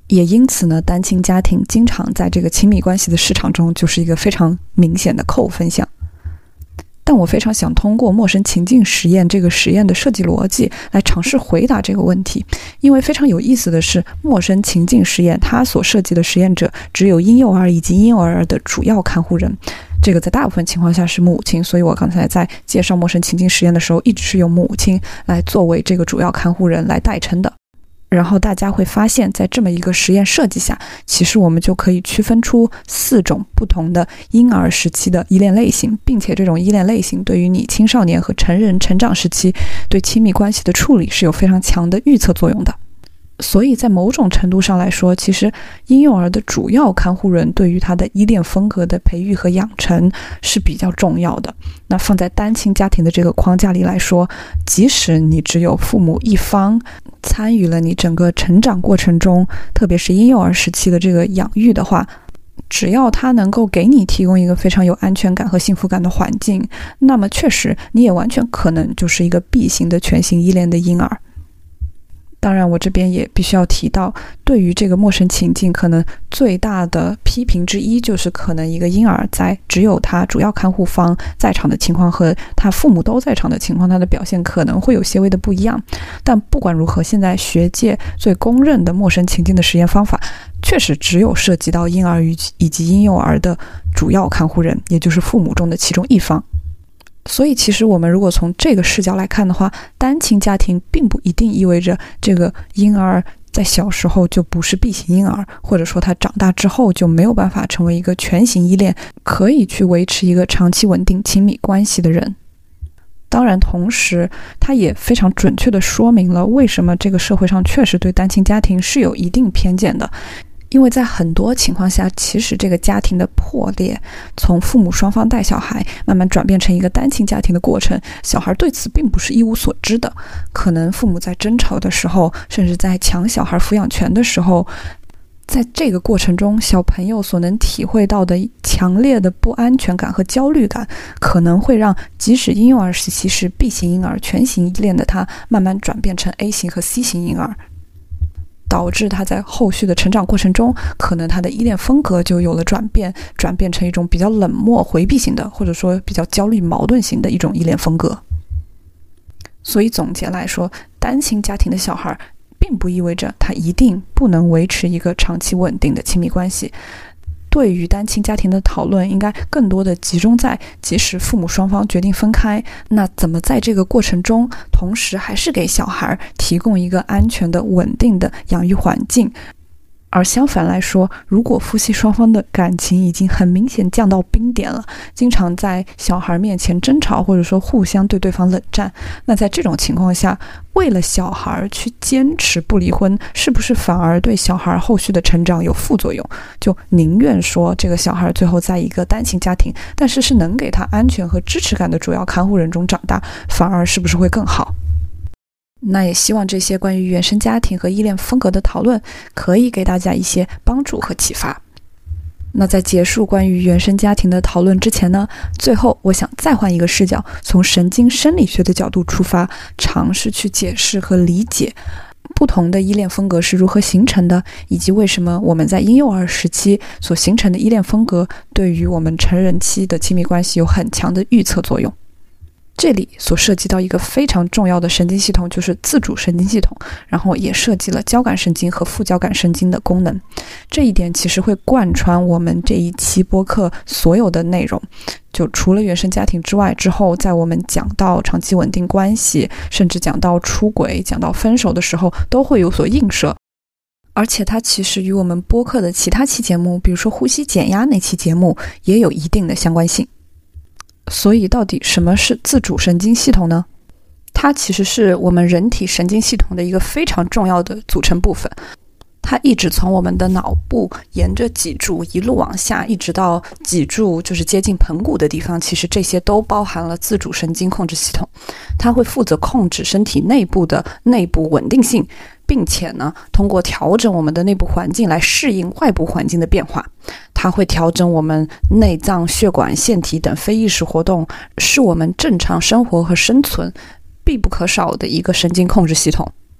也因此呢，单亲家庭经常在这个亲密关系的市场中就是一个非常明显的扣分项。但我非常想通过陌生情境实验这个实验的设计逻辑来尝试回答这个问题，因为非常有意思的是，陌生情境实验它所设计的实验者只有婴幼儿以及婴幼儿的主要看护人，这个在大部分情况下是母亲，所以我刚才在介绍陌生情境实验的时候一直是用母亲来作为这个主要看护人来代称的。然后大家会发现，在这么一个实验设计下，其实我们就可以区分出四种不同的婴儿时期的依恋类型，并且这种依恋类型对于你青少年和成人成长时期对亲密关系的处理是有非常强的预测作用的。所以在某种程度上来说，其实婴幼儿的主要看护人对于他的依恋风格的培育和养成是比较重要的。那放在单亲家庭的这个框架里来说，即使你只有父母一方参与了你整个成长过程中，特别是婴幼儿时期的这个养育的话，只要他能够给你提供一个非常有安全感和幸福感的环境，那么确实你也完全可能就是一个 B 型的全型依恋的婴儿。当然我这边也必须要提到，对于这个陌生情境可能最大的批评之一，就是可能一个婴儿在只有他主要看护方在场的情况和他父母都在场的情况，他的表现可能会有些微的不一样。但不管如何，现在学界最公认的陌生情境的实验方法确实只有涉及到婴儿以及婴幼儿的主要看护人，也就是父母中的其中一方。所以其实我们如果从这个视角来看的话，单亲家庭并不一定意味着这个婴儿在小时候就不是 B 型婴儿，或者说他长大之后就没有办法成为一个全型依恋，可以去维持一个长期稳定亲密关系的人。当然同时它也非常准确地说明了为什么这个社会上确实对单亲家庭是有一定偏见的。因为在很多情况下，其实这个家庭的破裂，从父母双方带小孩慢慢转变成一个单亲家庭的过程，小孩对此并不是一无所知的。可能父母在争吵的时候，甚至在抢小孩抚养权的时候，在这个过程中，小朋友所能体会到的强烈的不安全感和焦虑感，可能会让即使婴幼儿时期是 B 型婴儿全型依恋的他，慢慢转变成 A 型和 C 型婴儿，导致他在后续的成长过程中，可能他的依恋风格就有了转变，转变成一种比较冷漠回避型的，或者说比较焦虑矛盾型的一种依恋风格。所以总结来说，单亲家庭的小孩并不意味着他一定不能维持一个长期稳定的亲密关系。对于单亲家庭的讨论应该更多的集中在，即使父母双方决定分开，那怎么在这个过程中同时还是给小孩提供一个安全的稳定的养育环境。而相反来说，如果夫妻双方的感情已经很明显降到冰点了，经常在小孩面前争吵，或者说互相对对方冷战，那在这种情况下，为了小孩去坚持不离婚，是不是反而对小孩后续的成长有副作用？就宁愿说这个小孩最后在一个单亲家庭，但是是能给他安全和支持感的主要看护人中长大，反而是不是会更好？那也希望这些关于原生家庭和依恋风格的讨论可以给大家一些帮助和启发。那在结束关于原生家庭的讨论之前呢，最后我想再换一个视角，从神经生理学的角度出发，尝试去解释和理解不同的依恋风格是如何形成的，以及为什么我们在婴幼儿时期所形成的依恋风格对于我们成人期的亲密关系有很强的预测作用。这里所涉及到一个非常重要的神经系统，就是自主神经系统，然后也涉及了交感神经和副交感神经的功能。这一点其实会贯穿我们这一期播客所有的内容，就除了原生家庭之外，之后在我们讲到长期稳定关系，甚至讲到出轨，讲到分手的时候，都会有所映射。而且它其实与我们播客的其他期节目，比如说呼吸减压那期节目，也有一定的相关性。所以到底什么是自主神经系统呢？它其实是我们人体神经系统的一个非常重要的组成部分。它一直从我们的脑部沿着脊柱一路往下，一直到脊柱就是接近盆骨的地方，其实这些都包含了自主神经控制系统。它会负责控制身体内部的内部稳定性，并且呢，通过调整我们的内部环境来适应外部环境的变化。它会调整我们内脏、血管、腺体等非意识活动，是我们正常生活和生存必不可少的一个神经控制系统。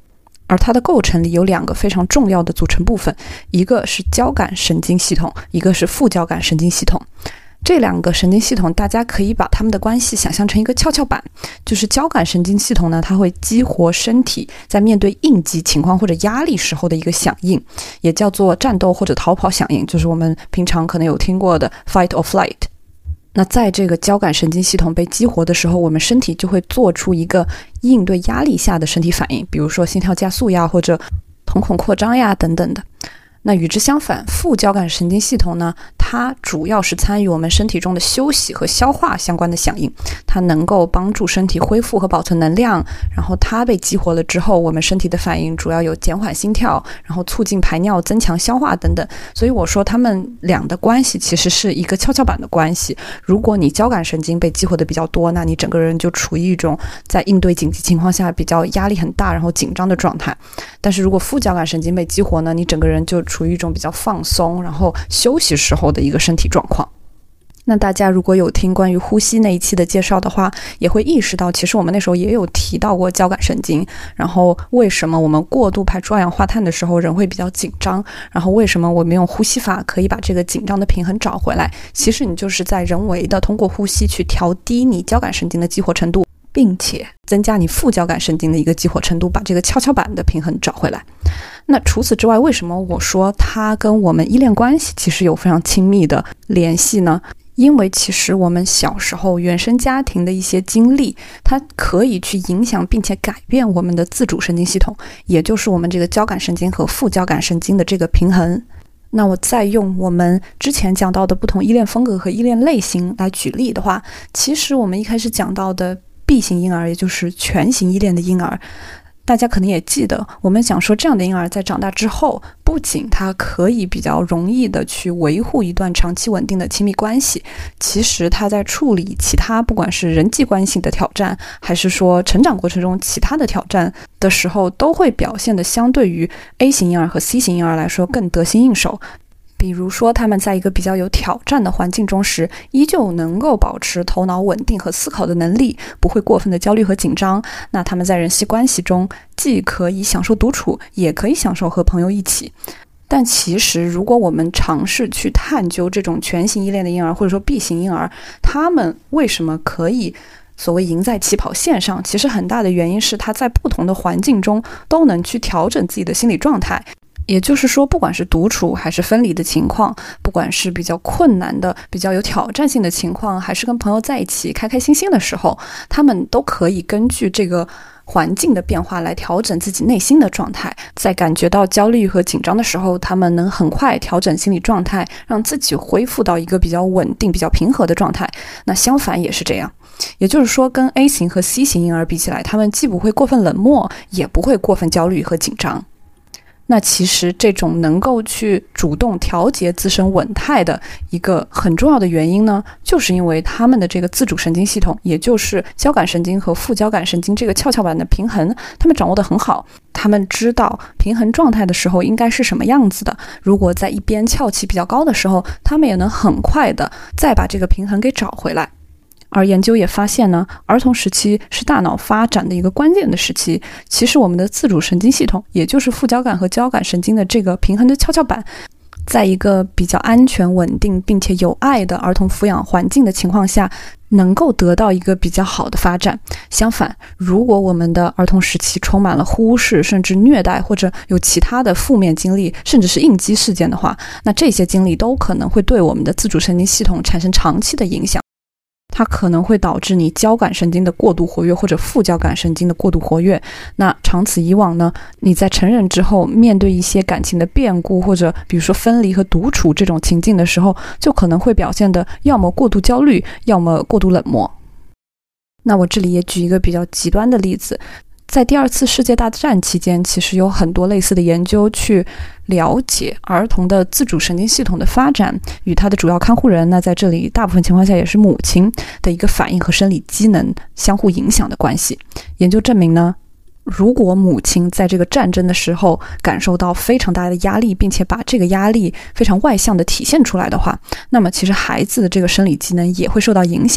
而它的构成里有两个非常重要的组成部分，一个是交感神经系统，一个是副交感神经系统。这两个神经系统大家可以把它们的关系想象成一个跷跷板，就是交感神经系统呢，它会激活身体在面对应急情况或者压力时候的一个响应，也叫做战斗或者逃跑响应，就是我们平常可能有听过的 fight or flight。那在这个交感神经系统被激活的时候，我们身体就会做出一个应对压力下的身体反应，比如说心跳加速呀，或者瞳孔扩张呀等等的。那与之相反，副交感神经系统呢，它主要是参与我们身体中的休息和消化相关的响应，它能够帮助身体恢复和保存能量，然后它被激活了之后，我们身体的反应主要有减缓心跳，然后促进排尿、增强消化等等。所以我说它们俩的关系其实是一个跷跷板的关系。如果你交感神经被激活的比较多，那你整个人就处于一种在应对紧急情况下比较压力很大然后紧张的状态。但是如果副交感神经被激活呢，你整个人就处于一种比较放松然后休息时候的一个身体状况。那大家如果有听关于呼吸那一期的介绍的话，也会意识到其实我们那时候也有提到过交感神经，然后为什么我们过度排出二氧化碳的时候人会比较紧张，然后为什么我们用呼吸法可以把这个紧张的平衡找回来，其实你就是在人为的通过呼吸去调低你交感神经的激活程度，并且增加你副交感神经的一个激活程度，把这个跷跷板的平衡找回来。那除此之外，为什么我说它跟我们依恋关系其实有非常亲密的联系呢？因为其实我们小时候原生家庭的一些经历，它可以去影响并且改变我们的自主神经系统，也就是我们这个交感神经和副交感神经的这个平衡。那我再用我们之前讲到的不同依恋风格和依恋类型来举例的话，其实我们一开始讲到的 B 型婴儿，也就是全型依恋的婴儿，大家可能也记得，我们讲说这样的婴儿在长大之后，不仅他可以比较容易的去维护一段长期稳定的亲密关系，其实他在处理其他不管是人际关系的挑战，还是说成长过程中其他的挑战的时候，都会表现得相对于 A 型婴儿和 C 型婴儿来说更得心应手。比如说他们在一个比较有挑战的环境中时，依旧能够保持头脑稳定和思考的能力，不会过分的焦虑和紧张。那他们在人际关系中既可以享受独处，也可以享受和朋友一起。但其实如果我们尝试去探究这种全型依恋的婴儿，或者说 B 型婴儿，他们为什么可以所谓赢在起跑线上，其实很大的原因是他在不同的环境中都能去调整自己的心理状态。也就是说，不管是独处还是分离的情况，不管是比较困难的比较有挑战性的情况，还是跟朋友在一起开开心心的时候，他们都可以根据这个环境的变化来调整自己内心的状态。在感觉到焦虑和紧张的时候，他们能很快调整心理状态，让自己恢复到一个比较稳定比较平和的状态。那相反也是这样，也就是说跟 A 型和 C 型婴儿比起来，他们既不会过分冷漠，也不会过分焦虑和紧张。那其实这种能够去主动调节自身稳态的一个很重要的原因呢，就是因为他们的这个自主神经系统，也就是交感神经和副交感神经这个跷跷板的平衡，他们掌握得很好。他们知道平衡状态的时候应该是什么样子的，如果在一边翘起比较高的时候，他们也能很快的再把这个平衡给找回来。而研究也发现呢，儿童时期是大脑发展的一个关键的时期。其实我们的自主神经系统，也就是副交感和交感神经的这个平衡的跷跷板，在一个比较安全稳定并且有爱的儿童抚养环境的情况下，能够得到一个比较好的发展。相反，如果我们的儿童时期充满了忽视甚至虐待，或者有其他的负面经历，甚至是应激事件的话，那这些经历都可能会对我们的自主神经系统产生长期的影响。它可能会导致你交感神经的过度活跃，或者副交感神经的过度活跃。那长此以往呢，你在成人之后面对一些感情的变故，或者比如说分离和独处这种情境的时候，就可能会表现得要么过度焦虑，要么过度冷漠。那我这里也举一个比较极端的例子，在第二次世界大战期间，其实有很多类似的研究去了解儿童的自主神经系统的发展与他的主要看护人，那在这里大部分情况下也是母亲的一个反应和生理机能相互影响的关系。研究证明呢，如果母亲在这个战争的时候感受到非常大的压力，并且把这个压力非常外向的体现出来的话，那么其实孩子的这个生理机能也会受到影响。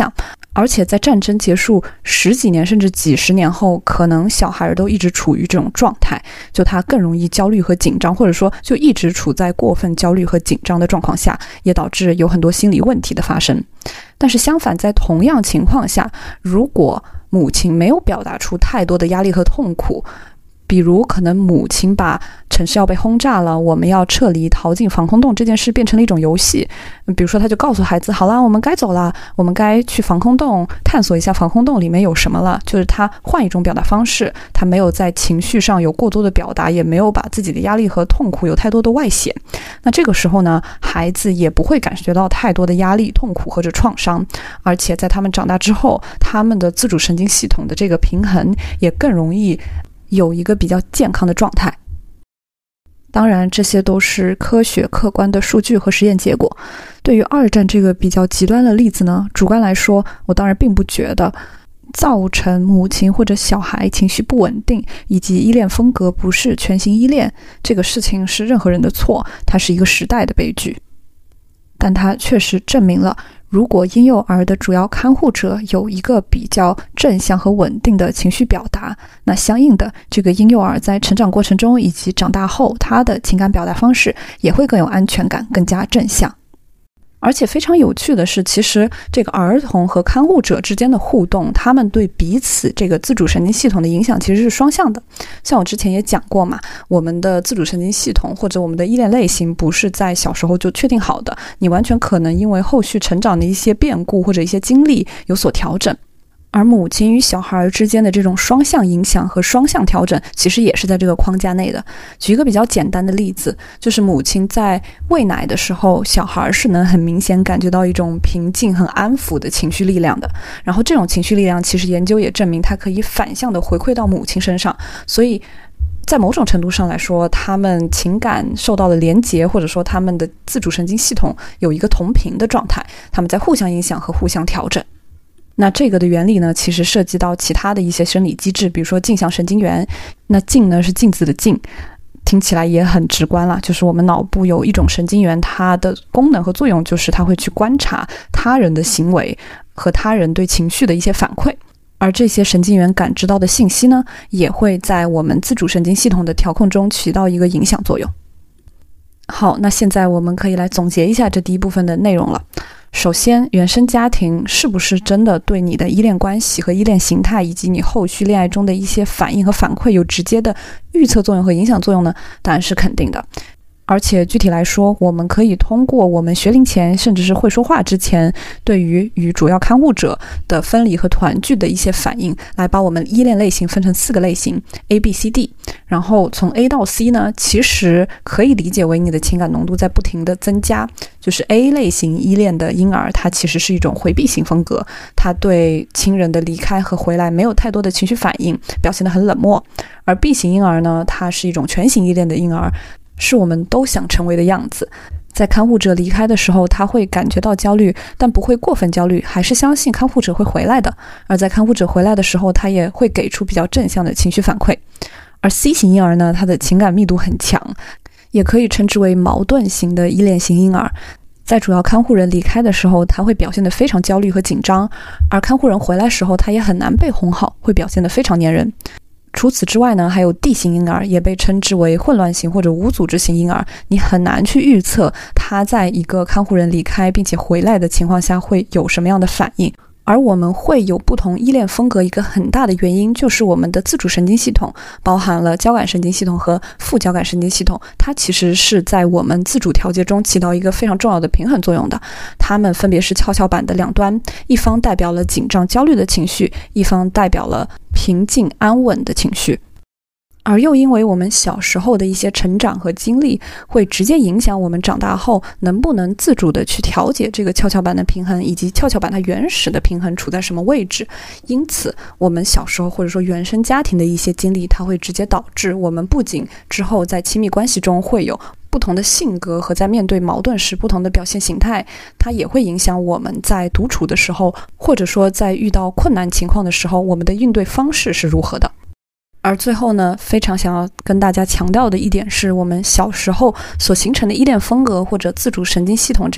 而且在战争结束十几年甚至几十年后，可能小孩都一直处于这种状态，就他更容易焦虑和紧张，或者说就一直处在过分焦虑和紧张的状况下，也导致有很多心理问题的发生。但是相反，在同样情况下，如果母亲没有表达出太多的压力和痛苦，比如可能母亲把城市要被轰炸了，我们要撤离逃进防空洞这件事变成了一种游戏，比如说他就告诉孩子，好啦，我们该走了，我们该去防空洞探索一下防空洞里面有什么了，就是他换一种表达方式，他没有在情绪上有过多的表达，也没有把自己的压力和痛苦有太多的外显。那这个时候呢，孩子也不会感觉到太多的压力、痛苦或者创伤，而且在他们长大之后，他们的自主神经系统的这个平衡也更容易有一个比较健康的状态。当然，这些都是科学客观的数据和实验结果。对于二战这个比较极端的例子呢，主观来说，我当然并不觉得造成母亲或者小孩情绪不稳定以及依恋风格不是全心依恋这个事情是任何人的错，它是一个时代的悲剧。但它确实证明了，如果婴幼儿的主要看护者有一个比较正向和稳定的情绪表达，那相应的这个婴幼儿在成长过程中以及长大后，他的情感表达方式也会更有安全感，更加正向。而且非常有趣的是，其实这个儿童和看护者之间的互动，他们对彼此这个自主神经系统的影响其实是双向的。像我之前也讲过嘛，我们的自主神经系统或者我们的依恋类型不是在小时候就确定好的，你完全可能因为后续成长的一些变故或者一些经历有所调整。而母亲与小孩之间的这种双向影响和双向调整，其实也是在这个框架内的。举一个比较简单的例子，就是母亲在喂奶的时候，小孩是能很明显感觉到一种平静、很安抚的情绪力量的。然后这种情绪力量，其实研究也证明它可以反向的回馈到母亲身上，所以在某种程度上来说，他们情感受到了连结，或者说他们的自主神经系统有一个同频的状态，他们在互相影响和互相调整。那这个的原理呢，其实涉及到其他的一些生理机制，比如说镜像神经元。那镜呢是镜子的镜，听起来也很直观了，就是我们脑部有一种神经元，它的功能和作用就是它会去观察他人的行为和他人对情绪的一些反馈，而这些神经元感知到的信息呢，也会在我们自主神经系统的调控中起到一个影响作用。好，那现在我们可以来总结一下这第一部分的内容了。首先，原生家庭是不是真的对你的依恋关系和依恋形态以及你后续恋爱中的一些反应和反馈有直接的预测作用和影响作用呢？当然是肯定的。而且具体来说，我们可以通过我们学龄前甚至是会说话之前对于与主要看护者的分离和团聚的一些反应，来把我们依恋类型分成四个类型 A B C D， 然后从 A 到 C 呢，其实可以理解为你的情感浓度在不停的增加。就是 A 类型依恋的婴儿，它其实是一种回避型风格，他对亲人的离开和回来没有太多的情绪反应，表现得很冷漠。而 B 型婴儿呢，它是一种全型依恋的婴儿，是我们都想成为的样子。在看护者离开的时候，他会感觉到焦虑，但不会过分焦虑，还是相信看护者会回来的。而在看护者回来的时候，他也会给出比较正向的情绪反馈。而 C 型婴儿呢，他的情感密度很强，也可以称之为矛盾型的依恋型婴儿。在主要看护人离开的时候，他会表现得非常焦虑和紧张，而看护人回来时候，他也很难被哄好，会表现得非常粘人。除此之外呢，还有 D 型婴儿，也被称之为混乱型或者无组织型婴儿。你很难去预测他在一个看护人离开并且回来的情况下会有什么样的反应。而我们会有不同依恋风格，一个很大的原因就是我们的自主神经系统包含了交感神经系统和副交感神经系统，它其实是在我们自主调节中起到一个非常重要的平衡作用的。它们分别是跷跷板的两端，一方代表了紧张焦虑的情绪，一方代表了平静安稳的情绪。而又因为我们小时候的一些成长和经历会直接影响我们长大后能不能自主的去调节这个跷跷板的平衡，以及跷跷板它原始的平衡处在什么位置。因此我们小时候或者说原生家庭的一些经历，它会直接导致我们不仅之后在亲密关系中会有不同的性格和在面对矛盾时不同的表现形态，它也会影响我们在独处的时候，或者说在遇到困难情况的时候，我们的应对方式是如何的。而最后呢，非常想要跟大家强调的一点是，我们小时候所形成的依恋风格或者自主神经系统这个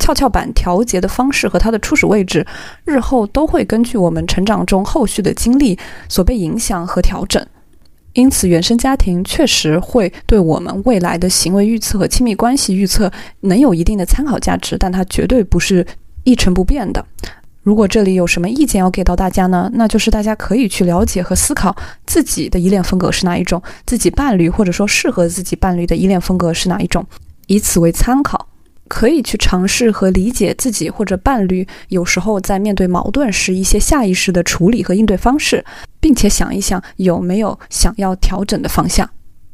跷跷板调节的方式和它的初始位置，日后都会根据我们成长中后续的经历所被影响和调整。因此原生家庭确实会对我们未来的行为预测和亲密关系预测能有一定的参考价值，但它绝对不是一成不变的。如果这里有什么意见要给到大家呢，那就是大家可以去了解和思考自己的依恋风格是哪一种，自己伴侣或者说适合自己伴侣的依恋风格是哪一种，以此为参考，可以去尝试和理解自己或者伴侣有时候在面对矛盾时一些下意识的处理和应对方式，并且想一想有没有想要调整的方向。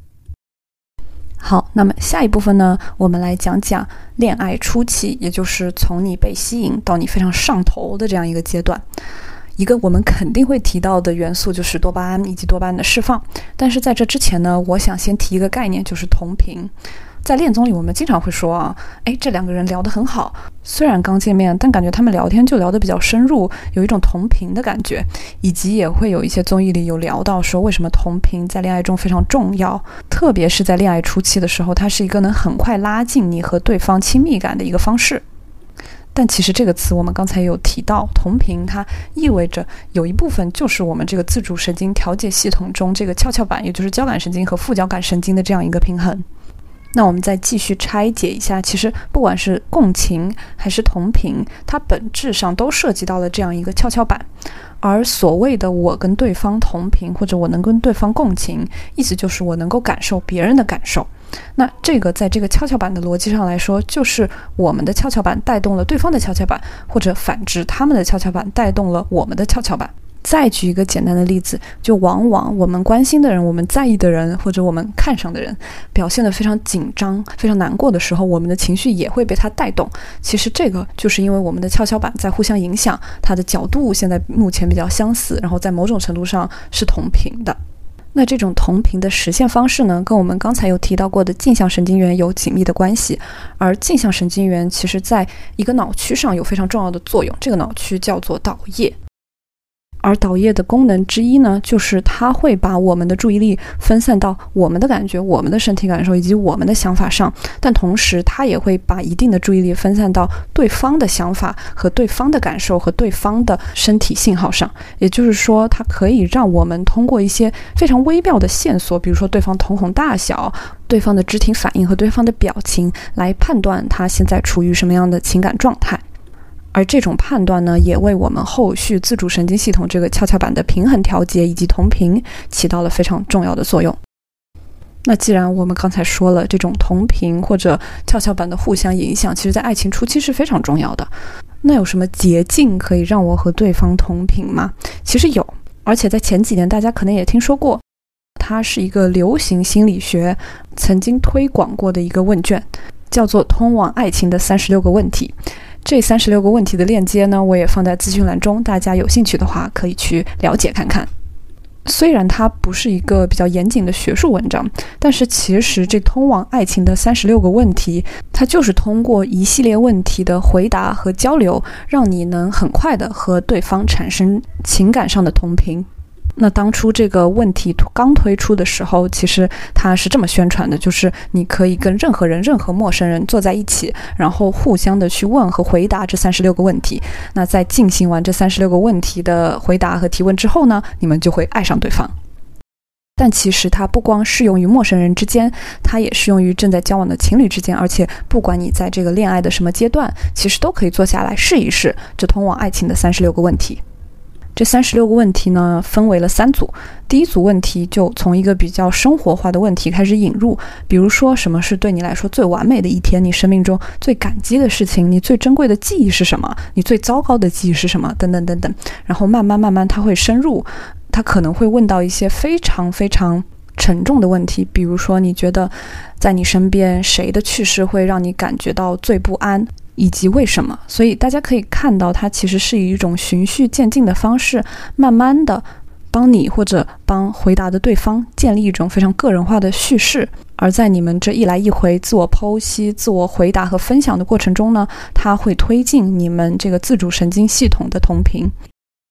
好，那么下一部分呢，我们来讲讲恋爱初期，也就是从你被吸引到你非常上头的这样一个阶段。一个我们肯定会提到的元素就是多巴胺以及多巴胺的释放，但是在这之前呢，我想先提一个概念，就是同频。在恋综里我们经常会说啊，哎，这两个人聊得很好，虽然刚见面，但感觉他们聊天就聊得比较深入，有一种同频的感觉。以及也会有一些综艺里有聊到说，为什么同频在恋爱中非常重要，特别是在恋爱初期的时候，它是一个能很快拉近你和对方亲密感的一个方式。但其实这个词我们刚才也有提到，同频它意味着有一部分就是我们这个自主神经调节系统中这个跷跷板，也就是交感神经和副交感神经的这样一个平衡。那我们再继续拆解一下，其实不管是共情还是同频，它本质上都涉及到了这样一个跷跷板。而所谓的我跟对方同频，或者我能跟对方共情，意思就是我能够感受别人的感受。那这个在这个跷跷板的逻辑上来说，就是我们的跷跷板带动了对方的跷跷板，或者反之，他们的跷跷板带动了我们的跷跷板。再举一个简单的例子，就往往我们关心的人，我们在意的人，或者我们看上的人表现得非常紧张非常难过的时候，我们的情绪也会被他带动。其实这个就是因为我们的跷跷板在互相影响，它的角度现在目前比较相似，然后在某种程度上是同频的。那这种同频的实现方式呢，跟我们刚才有提到过的镜像神经元有紧密的关系。而镜像神经元其实在一个脑区上有非常重要的作用，这个脑区叫做导叶。而导叶的功能之一呢，就是它会把我们的注意力分散到我们的感觉、我们的身体感受以及我们的想法上，但同时它也会把一定的注意力分散到对方的想法和对方的感受和对方的身体信号上。也就是说，它可以让我们通过一些非常微妙的线索，比如说对方瞳孔大小、对方的肢体反应和对方的表情，来判断他现在处于什么样的情感状态。而这种判断呢，也为我们后续自主神经系统这个跷跷板的平衡调节以及同频起到了非常重要的作用。那既然我们刚才说了，这种同频或者跷跷板的互相影响，其实在爱情初期是非常重要的。那有什么捷径可以让我和对方同频吗？其实有，而且在前几年大家可能也听说过，它是一个流行心理学曾经推广过的一个问卷，叫做通往爱情的三十六个问题。这三十六个问题的链接呢，我也放在资讯栏中，大家有兴趣的话可以去了解看看。虽然它不是一个比较严谨的学术文章，但是其实这通往爱情的三十六个问题，它就是通过一系列问题的回答和交流，让你能很快的和对方产生情感上的同频。那当初这个问题刚推出的时候，其实它是这么宣传的，就是你可以跟任何人、任何陌生人坐在一起，然后互相的去问和回答这三十六个问题。那在进行完这三十六个问题的回答和提问之后呢，你们就会爱上对方。但其实它不光适用于陌生人之间，它也适用于正在交往的情侣之间，而且不管你在这个恋爱的什么阶段，其实都可以坐下来试一试这通往爱情的三十六个问题。这三十六个问题呢，分为了三组。第一组问题就从一个比较生活化的问题开始引入，比如说什么是对你来说最完美的一天，你生命中最感激的事情，你最珍贵的记忆是什么，你最糟糕的记忆是什么，等等等等。然后慢慢慢慢它会深入，它可能会问到一些非常非常沉重的问题，比如说你觉得在你身边谁的去世会让你感觉到最不安，以及为什么。所以大家可以看到，它其实是以一种循序渐进的方式，慢慢的帮你或者帮回答的对方建立一种非常个人化的叙事。而在你们这一来一回自我剖析、自我回答和分享的过程中呢，它会推进你们这个自主神经系统的同频。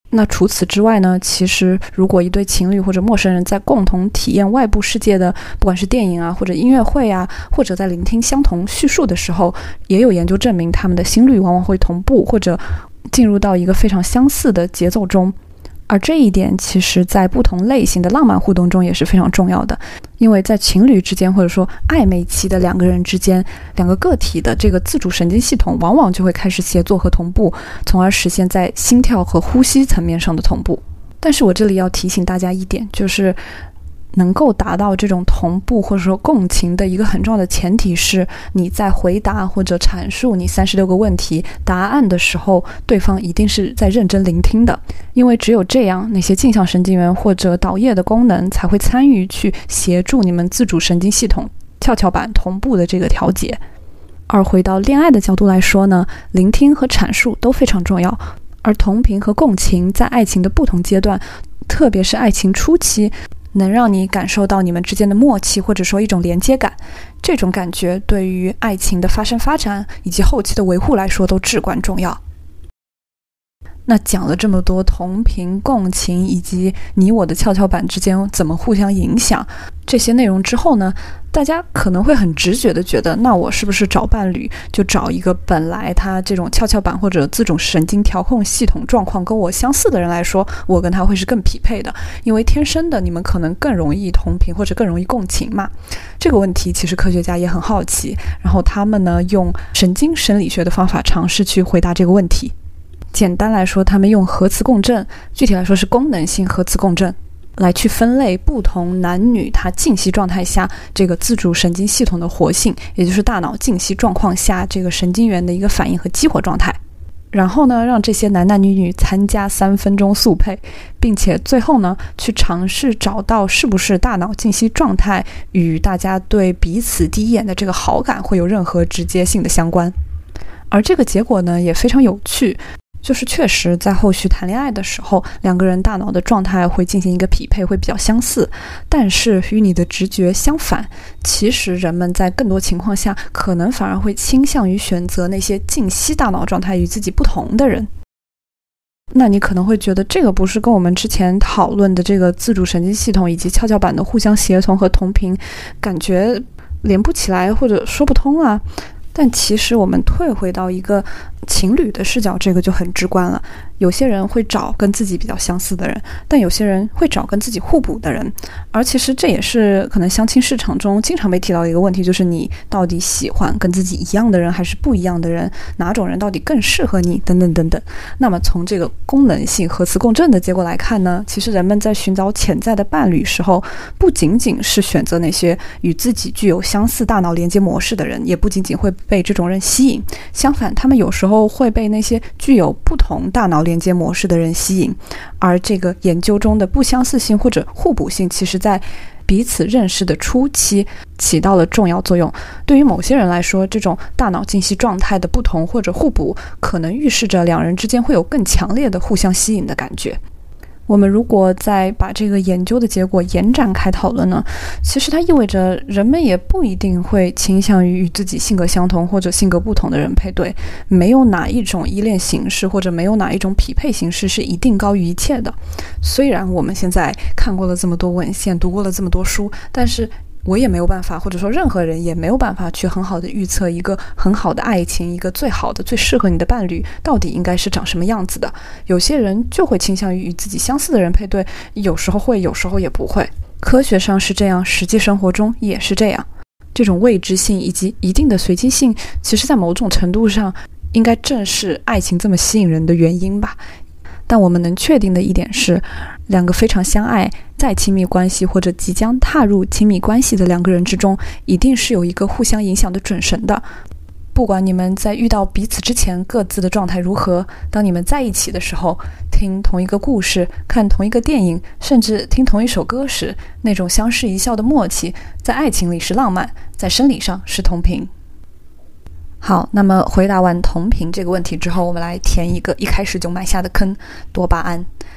那除此之外呢，其实如果一对情侣或者陌生人在共同体验外部世界的，不管是电影啊，或者音乐会啊，或者在聆听相同叙述的时候，也有研究证明他们的心率往往会同步或者进入到一个非常相似的节奏中。而这一点其实在不同类型的浪漫互动中也是非常重要的，因为在情侣之间或者说暧昧期的两个人之间，两个个体的这个自主神经系统往往就会开始协作和同步，从而实现在心跳和呼吸层面上的同步。但是我这里要提醒大家一点，就是能够达到这种同步或者说共情的一个很重要的前提是，你在回答或者阐述你三十六个问题答案的时候，对方一定是在认真聆听的，因为只有这样，那些镜像神经元或者导液的功能才会参与去协助你们自主神经系统跷跷板同步的这个调节。而回到恋爱的角度来说呢，聆听和阐述都非常重要，而同频和共情在爱情的不同阶段，特别是爱情初期，能让你感受到你们之间的默契，或者说一种连接感。这种感觉对于爱情的发生发展以及后期的维护来说都至关重要。那讲了这么多同频共情以及你我的跷跷板之间怎么互相影响这些内容之后呢，大家可能会很直觉的觉得，那我是不是找伴侣就找一个本来他这种跷跷板或者自主神经调控系统状况跟我相似的人来说，我跟他会是更匹配的，因为天生的你们可能更容易同频或者更容易共情嘛。这个问题其实科学家也很好奇，然后他们呢用神经生理学的方法尝试去回答这个问题。简单来说，他们用核磁共振，具体来说是功能性核磁共振，来去分类不同男女他静息状态下这个自主神经系统的活性，也就是大脑静息状况下这个神经元的一个反应和激活状态。然后呢，让这些男男女女参加三分钟速配，并且最后呢，去尝试找到是不是大脑静息状态与大家对彼此第一眼的这个好感会有任何直接性的相关。而这个结果呢，也非常有趣。就是确实在后续谈恋爱的时候，两个人大脑的状态会进行一个匹配，会比较相似，但是与你的直觉相反，其实人们在更多情况下可能反而会倾向于选择那些静息大脑状态与自己不同的人。那你可能会觉得这个不是跟我们之前讨论的这个自主神经系统以及跷跷板的互相协同和同频感觉连不起来或者说不通啊。但其实我们退回到一个情侣的视角，这个就很直观了。有些人会找跟自己比较相似的人，但有些人会找跟自己互补的人。而其实这也是可能相亲市场中经常被提到的一个问题，就是你到底喜欢跟自己一样的人还是不一样的人，哪种人到底更适合你，等等等等。那么从这个功能性核磁共振的结果来看呢，其实人们在寻找潜在的伴侣时候，不仅仅是选择那些与自己具有相似大脑连接模式的人，也不仅仅会被这种人吸引，相反他们有时候会被那些具有不同大脑连接模式的人吸引。而这个研究中的不相似性或者互补性，其实在彼此认识的初期起到了重要作用。对于某些人来说，这种大脑静息状态的不同或者互补，可能预示着两人之间会有更强烈的互相吸引的感觉。我们如果再把这个研究的结果延展开讨论呢，其实它意味着人们也不一定会倾向于与自己性格相同或者性格不同的人配对，没有哪一种依恋形式或者没有哪一种匹配形式是一定高于一切的。虽然我们现在看过了这么多文献，读过了这么多书，但是我也没有办法，或者说任何人也没有办法去很好的预测一个很好的爱情，一个最好的最适合你的伴侣到底应该是长什么样子的。有些人就会倾向于与自己相似的人配对，有时候会，有时候也不会。科学上是这样，实际生活中也是这样。这种未知性以及一定的随机性，其实在某种程度上应该正是爱情这么吸引人的原因吧。但我们能确定的一点是，两个非常相爱、在亲密关系或者即将踏入亲密关系的两个人之中，一定是有一个互相影响的准绳的。不管你们在遇到彼此之前各自的状态如何，当你们在一起的时候，听同一个故事，看同一个电影，甚至听同一首歌时，那种相视一笑的默契，在爱情里是浪漫，在生理上是同频。好，那么回答完同频这个问题之后，我们来填一个一开始就埋下的坑，多巴胺。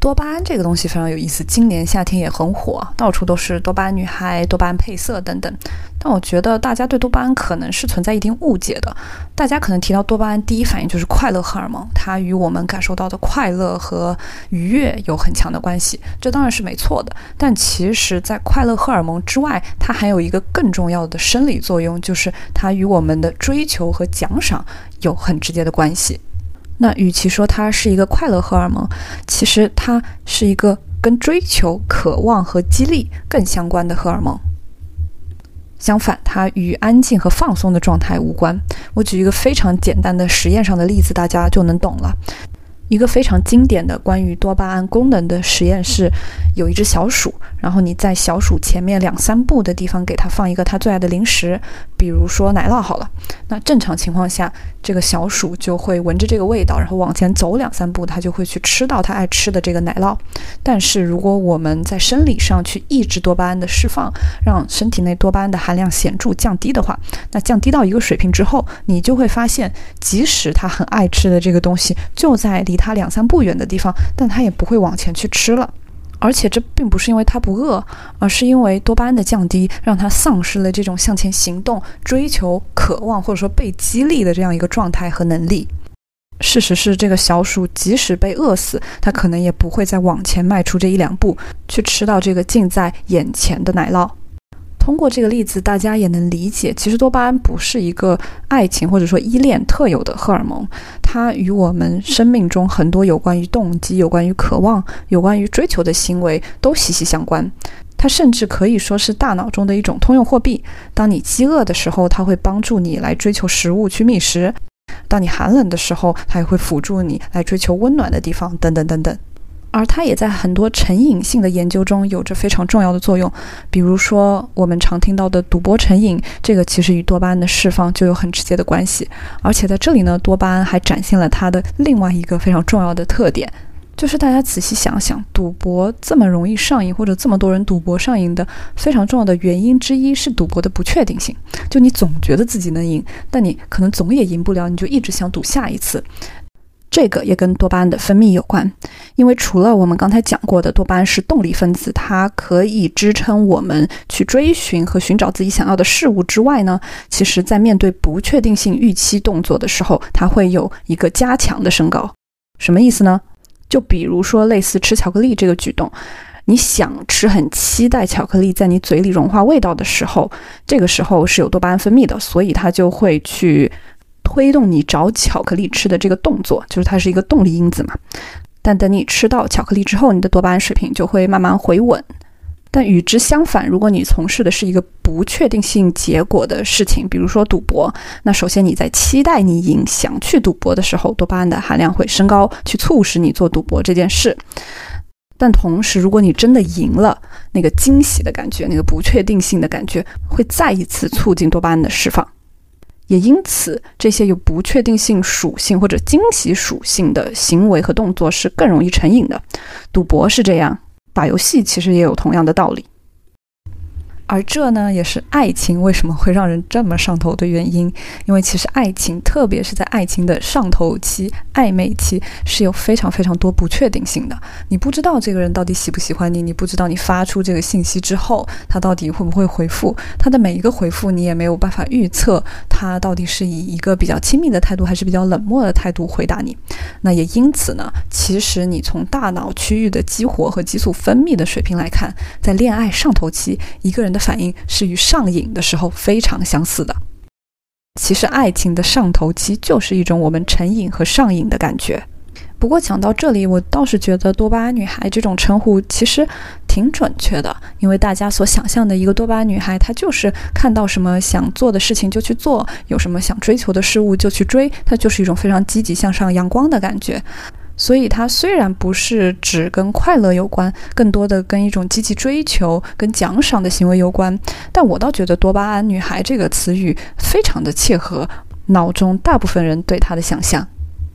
多巴胺这个东西非常有意思，今年夏天也很火，到处都是多巴胺女孩、多巴胺配色等等。但我觉得大家对多巴胺可能是存在一定误解的。大家可能提到多巴胺，第一反应就是快乐荷尔蒙，它与我们感受到的快乐和愉悦有很强的关系，这当然是没错的。但其实在快乐荷尔蒙之外，它还有一个更重要的生理作用，就是它与我们的追求和奖赏有很直接的关系。那与其说它是一个快乐荷尔蒙，其实它是一个跟追求、渴望和激励更相关的荷尔蒙。相反，它与安静和放松的状态无关。我举一个非常简单的实验上的例子，大家就能懂了。一个非常经典的关于多巴胺功能的实验是，有一只小鼠，然后你在小鼠前面两三步的地方给它放一个它最爱的零食，比如说奶酪好了。那正常情况下，这个小鼠就会闻着这个味道，然后往前走两三步，它就会去吃到它爱吃的这个奶酪。但是如果我们在生理上去抑制多巴胺的释放，让身体内多巴胺的含量显著降低的话，那降低到一个水平之后，你就会发现，即使它很爱吃的这个东西就在离它两三步远的地方，但它也不会往前去吃了。而且这并不是因为它不饿，而是因为多巴胺的降低让它丧失了这种向前行动、追求、渴望或者说被激励的这样一个状态和能力。事实是，这个小鼠即使被饿死，它可能也不会再往前迈出这一两步去吃到这个近在眼前的奶酪。通过这个例子，大家也能理解，其实多巴胺不是一个爱情或者说依恋特有的荷尔蒙，它与我们生命中很多有关于动机、有关于渴望、有关于追求的行为都息息相关。它甚至可以说是大脑中的一种通用货币。当你饥饿的时候，它会帮助你来追求食物去觅食；当你寒冷的时候，它也会辅助你来追求温暖的地方，等等等等。而它也在很多成瘾性的研究中有着非常重要的作用，比如说我们常听到的赌博成瘾，这个其实与多巴胺的释放就有很直接的关系。而且在这里呢，多巴胺还展现了它的另外一个非常重要的特点，就是大家仔细想想，赌博这么容易上瘾，或者这么多人赌博上瘾的非常重要的原因之一是赌博的不确定性。就你总觉得自己能赢，但你可能总也赢不了，你就一直想赌下一次。这个也跟多巴胺的分泌有关，因为除了我们刚才讲过的多巴胺是动力分子，它可以支撑我们去追寻和寻找自己想要的事物之外呢，其实在面对不确定性预期动作的时候，它会有一个加强的升高。什么意思呢？就比如说类似吃巧克力这个举动，你想吃，很期待巧克力在你嘴里融化味道的时候，这个时候是有多巴胺分泌的，所以它就会去推动你找巧克力吃的这个动作，就是它是一个动力因子嘛。但等你吃到巧克力之后，你的多巴胺水平就会慢慢回稳。但与之相反，如果你从事的是一个不确定性结果的事情，比如说赌博，那首先你在期待你赢、想去赌博的时候，多巴胺的含量会升高，去促使你做赌博这件事。但同时，如果你真的赢了，那个惊喜的感觉，那个不确定性的感觉，会再一次促进多巴胺的释放。也因此，这些有不确定性属性或者惊喜属性的行为和动作是更容易成瘾的。赌博是这样，打游戏其实也有同样的道理。而这呢，也是爱情为什么会让人这么上头的原因。因为其实爱情，特别是在爱情的上头期、暧昧期，是有非常非常多不确定性的。你不知道这个人到底喜不喜欢你，你不知道你发出这个信息之后，他到底会不会回复，他的每一个回复你也没有办法预测，他到底是以一个比较亲密的态度，还是比较冷漠的态度回答你。那也因此呢，其实你从大脑区域的激活和激素分泌的水平来看，在恋爱上头期，一个人的反应是与上瘾的时候非常相似的。其实爱情的上头期就是一种我们成瘾和上瘾的感觉。不过讲到这里，我倒是觉得多巴胺女孩这种称呼其实挺准确的，因为大家所想象的一个多巴胺女孩，她就是看到什么想做的事情就去做，有什么想追求的事物就去追，她就是一种非常积极向上、阳光的感觉。所以它虽然不是只跟快乐有关，更多的跟一种积极追求、跟奖赏的行为有关，但我倒觉得多巴胺女孩这个词语非常的切合脑中大部分人对她的想象。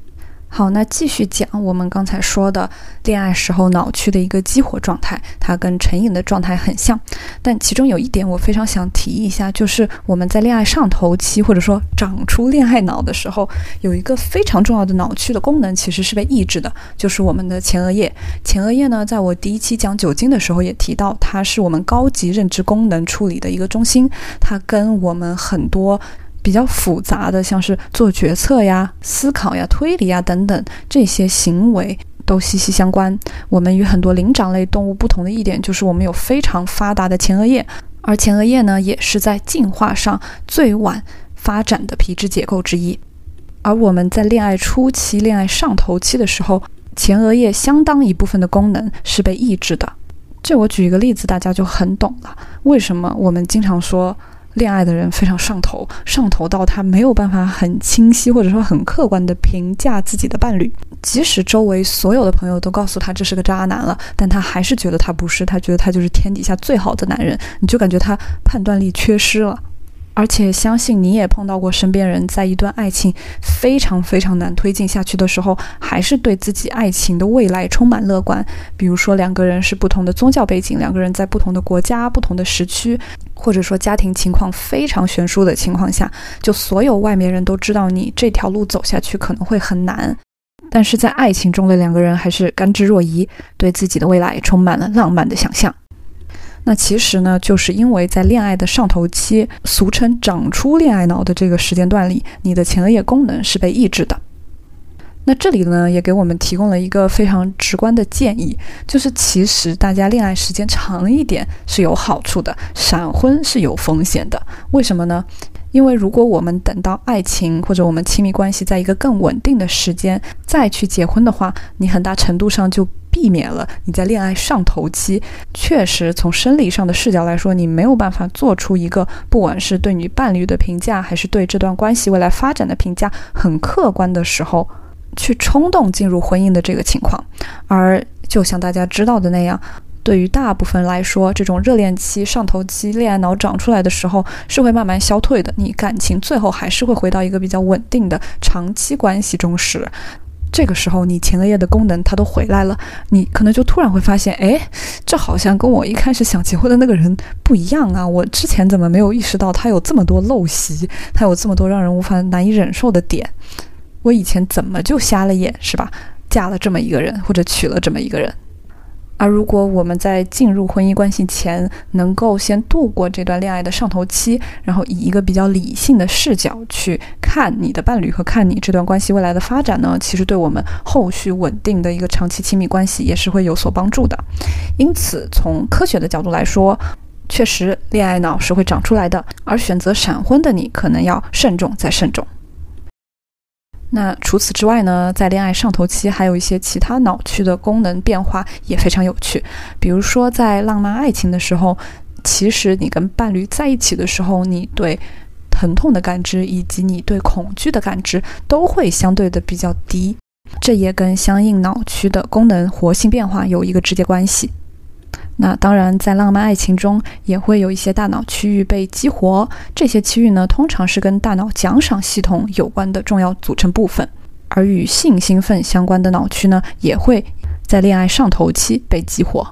好，那继续讲我们刚才说的恋爱时候脑区的一个激活状态，它跟成瘾的状态很像，但其中有一点我非常想提一下，就是我们在恋爱上头期或者说长出恋爱脑的时候，有一个非常重要的脑区的功能其实是被抑制的，就是我们的前额叶。前额叶呢，在我第一期讲酒精的时候也提到，它是我们高级认知功能处理的一个中心，它跟我们很多比较复杂的，像是做决策呀、思考呀、推理呀等等这些行为都息息相关。我们与很多灵长类动物不同的一点，就是我们有非常发达的前额叶，而前额叶呢，也是在进化上最晚发展的皮质结构之一。而我们在恋爱初期、恋爱上头期的时候，前额叶相当一部分的功能是被抑制的。这我举一个例子，大家就很懂了。为什么我们经常说恋爱的人非常上头，上头到他没有办法很清晰或者说很客观的评价自己的伴侣，即使周围所有的朋友都告诉他这是个渣男了，但他还是觉得他不是，他觉得他就是天底下最好的男人，你就感觉他判断力缺失了。而且相信你也碰到过身边人在一段爱情非常非常难推进下去的时候，还是对自己爱情的未来充满乐观。比如说两个人是不同的宗教背景，两个人在不同的国家、不同的时区，或者说家庭情况非常悬殊的情况下，就所有外面人都知道你这条路走下去可能会很难，但是在爱情中的两个人还是甘之若饴，对自己的未来充满了浪漫的想象。那其实呢，就是因为在恋爱的上头期，俗称长出恋爱脑的这个时间段里，你的前额叶功能是被抑制的。那这里呢，也给我们提供了一个非常直观的建议，就是其实大家恋爱时间长一点是有好处的，闪婚是有风险的。为什么呢？因为如果我们等到爱情或者我们亲密关系在一个更稳定的时间再去结婚的话，你很大程度上就避免了你在恋爱上头期，确实从生理上的视角来说，你没有办法做出一个不管是对你伴侣的评价，还是对这段关系未来发展的评价很客观的时候，去冲动进入婚姻的这个情况。而就像大家知道的那样，对于大部分来说，这种热恋期、上头期恋爱脑长出来的时候是会慢慢消退的，你感情最后还是会回到一个比较稳定的长期关系中时。这个时候你前额叶的功能它都回来了，你可能就突然会发现，哎，这好像跟我一开始想结婚的那个人不一样啊，我之前怎么没有意识到他有这么多陋习，他有这么多让人无法难以忍受的点，我以前怎么就瞎了眼，是吧？嫁了这么一个人，或者娶了这么一个人。而如果我们在进入婚姻关系前能够先度过这段恋爱的上头期，然后以一个比较理性的视角去看你的伴侣和看你这段关系未来的发展呢，其实对我们后续稳定的一个长期亲密关系也是会有所帮助的。因此从科学的角度来说，确实恋爱脑是会长出来的，而选择闪婚的你可能要慎重再慎重。那除此之外呢，在恋爱上头期还有一些其他脑区的功能变化也非常有趣。比如说在浪漫爱情的时候，其实你跟伴侣在一起的时候，你对疼痛的感知以及你对恐惧的感知都会相对的比较低，这也跟相应脑区的功能活性变化有一个直接关系。那当然在浪漫爱情中也会有一些大脑区域被激活，这些区域呢通常是跟大脑奖赏系统有关的重要组成部分，而与性兴奋相关的脑区呢也会在恋爱上头期被激活。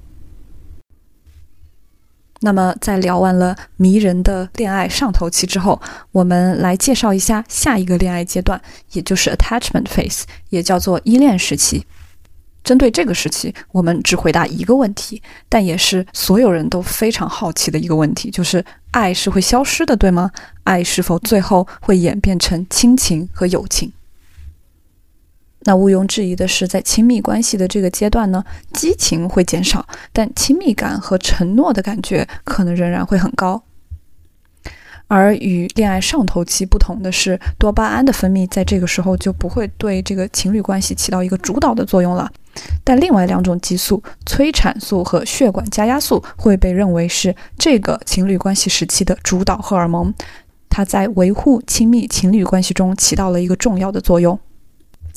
那么在聊完了迷人的恋爱上头期之后，我们来介绍一下下一个恋爱阶段，也就是 attachment phase， 也叫做依恋时期。针对这个时期，我们只回答一个问题，但也是所有人都非常好奇的一个问题，就是爱是会消失的，对吗？爱是否最后会演变成亲情和友情？那毋庸置疑的是，在亲密关系的这个阶段呢，激情会减少，但亲密感和承诺的感觉可能仍然会很高。而与恋爱上头期不同的是，多巴胺的分泌在这个时候就不会对这个情侣关系起到一个主导的作用了，但另外两种激素催产素和血管加压素会被认为是这个情侣关系时期的主导荷尔蒙，它在维护亲密情侣关系中起到了一个重要的作用。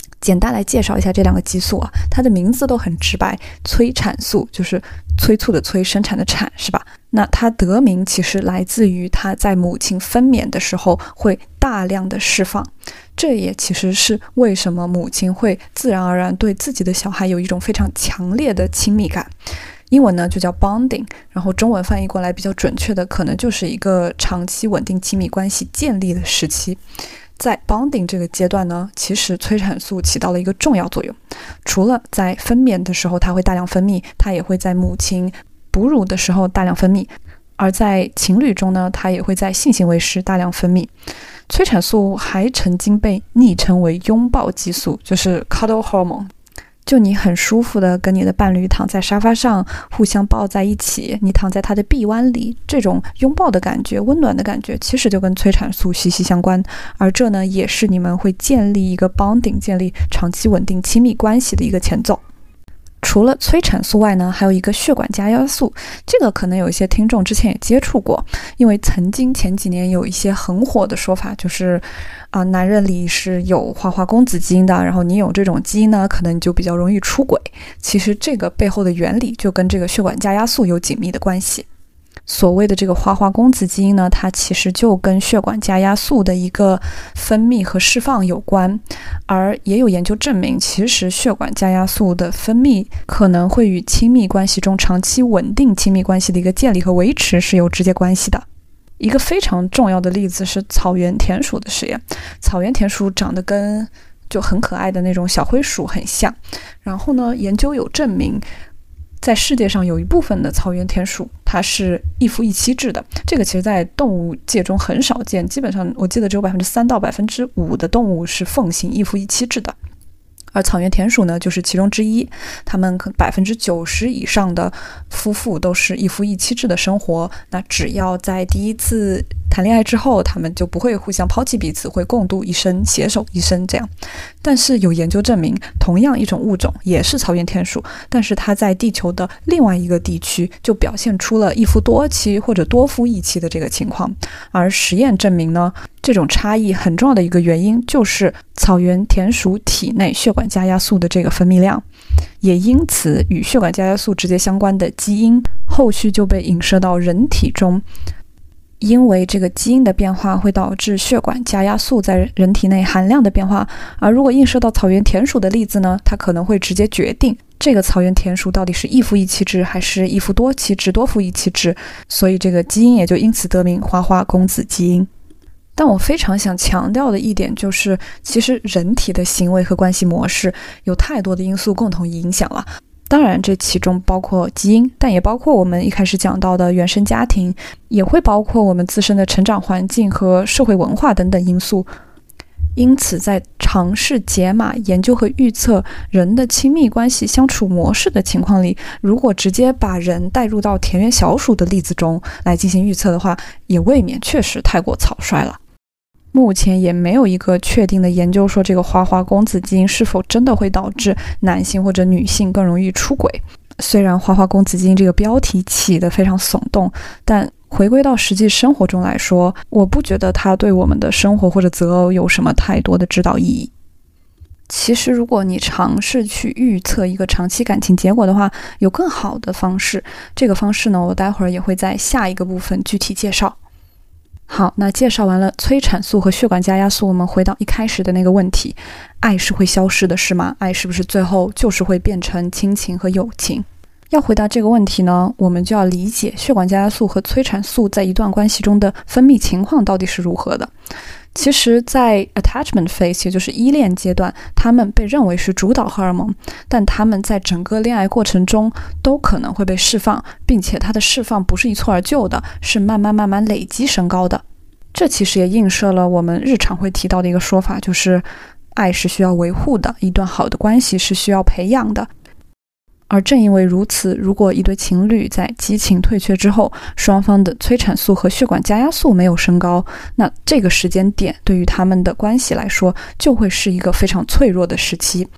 简单来介绍一下这两个激素啊，它的名字都很直白，催产素就是催促的催，生产的产，是吧？那它得名其实来自于它在母亲分娩的时候会大量的释放，这也其实是为什么母亲会自然而然对自己的小孩有一种非常强烈的亲密感。英文呢就叫 bonding， 然后中文翻译过来比较准确的可能就是一个长期稳定亲密关系建立的时期。在 bonding 这个阶段呢，其实催产素起到了一个重要作用。除了在分娩的时候它会大量分泌，它也会在母亲哺乳的时候大量分泌，而在情侣中呢，它也会在性行为时大量分泌。催产素还曾经被昵称为拥抱激素，就是 cuddle hormone。就你很舒服的跟你的伴侣躺在沙发上，互相抱在一起，你躺在他的臂弯里，这种拥抱的感觉，温暖的感觉，其实就跟催产素息息相关。而这呢，也是你们会建立一个 bonding， 建立长期稳定亲密关系的一个前奏。除了催产素外呢，还有一个血管加压素，这个可能有一些听众之前也接触过，因为曾经前几年有一些很火的说法，就是啊、呃，男人里是有花花公子基因的，然后你有这种基因呢，可能你就比较容易出轨。其实这个背后的原理就跟这个血管加压素有紧密的关系。所谓的这个花花公子基因呢，它其实就跟血管加压素的一个分泌和释放有关，而也有研究证明，其实血管加压素的分泌可能会与亲密关系中长期稳定亲密关系的一个建立和维持是有直接关系的。一个非常重要的例子是草原田鼠的实验，草原田鼠长得跟就很可爱的那种小灰鼠很像，然后呢，研究有证明在世界上有一部分的草原田鼠它是一夫一妻制的，这个其实在动物界中很少见，基本上我记得只有百分之三到百分之五的动物是奉行一夫一妻制的，而草原田鼠呢就是其中之一，他们百分之九十以上的夫妇都是一夫一妻制的生活，那只要在第一次谈恋爱之后，他们就不会互相抛弃彼此，会共度一生，携手一生这样。但是有研究证明，同样一种物种也是草原田鼠，但是它在地球的另外一个地区就表现出了一夫多妻或者多夫一妻的这个情况。而实验证明呢，这种差异很重要的一个原因就是草原田鼠体内血管加压素的这个分泌量，也因此与血管加压素直接相关的基因后续就被引射到人体中。因为这个基因的变化会导致血管加压素在人体内含量的变化，而如果映射到草原田鼠的例子呢，它可能会直接决定这个草原田鼠到底是一夫一妻制还是一夫多妻制、多夫一妻制，所以这个基因也就因此得名花花公子基因。但我非常想强调的一点就是，其实人体的行为和关系模式有太多的因素共同影响了。当然这其中包括基因，但也包括我们一开始讲到的原生家庭，也会包括我们自身的成长环境和社会文化等等因素。因此在尝试解码、研究和预测人的亲密关系相处模式的情况里，如果直接把人带入到田园小鼠的例子中来进行预测的话，也未免确实太过草率了。目前也没有一个确定的研究说这个花花公子基因是否真的会导致男性或者女性更容易出轨。虽然花花公子基因这个标题起得非常耸动，但回归到实际生活中来说，我不觉得它对我们的生活或者择偶有什么太多的指导意义。其实如果你尝试去预测一个长期感情结果的话，有更好的方式，这个方式呢，我待会儿也会在下一个部分具体介绍。好，那介绍完了催产素和血管加压素，我们回到一开始的那个问题，爱是会消失的是吗？爱是不是最后就是会变成亲情和友情？要回答这个问题呢，我们就要理解血管加压素和催产素在一段关系中的分泌情况到底是如何的。其实在 attachment phase， 也就是依恋阶段，它们被认为是主导荷尔蒙，但它们在整个恋爱过程中都可能会被释放，并且它的释放不是一蹴而就的，是慢慢慢慢累积升高的。这其实也映射了我们日常会提到的一个说法，就是爱是需要维护的，一段好的关系是需要培养的。而正因为如此，如果一对情侣在激情退却之后，双方的催产素和血管加压素没有升高，那这个时间点对于他们的关系来说就会是一个非常脆弱的时期。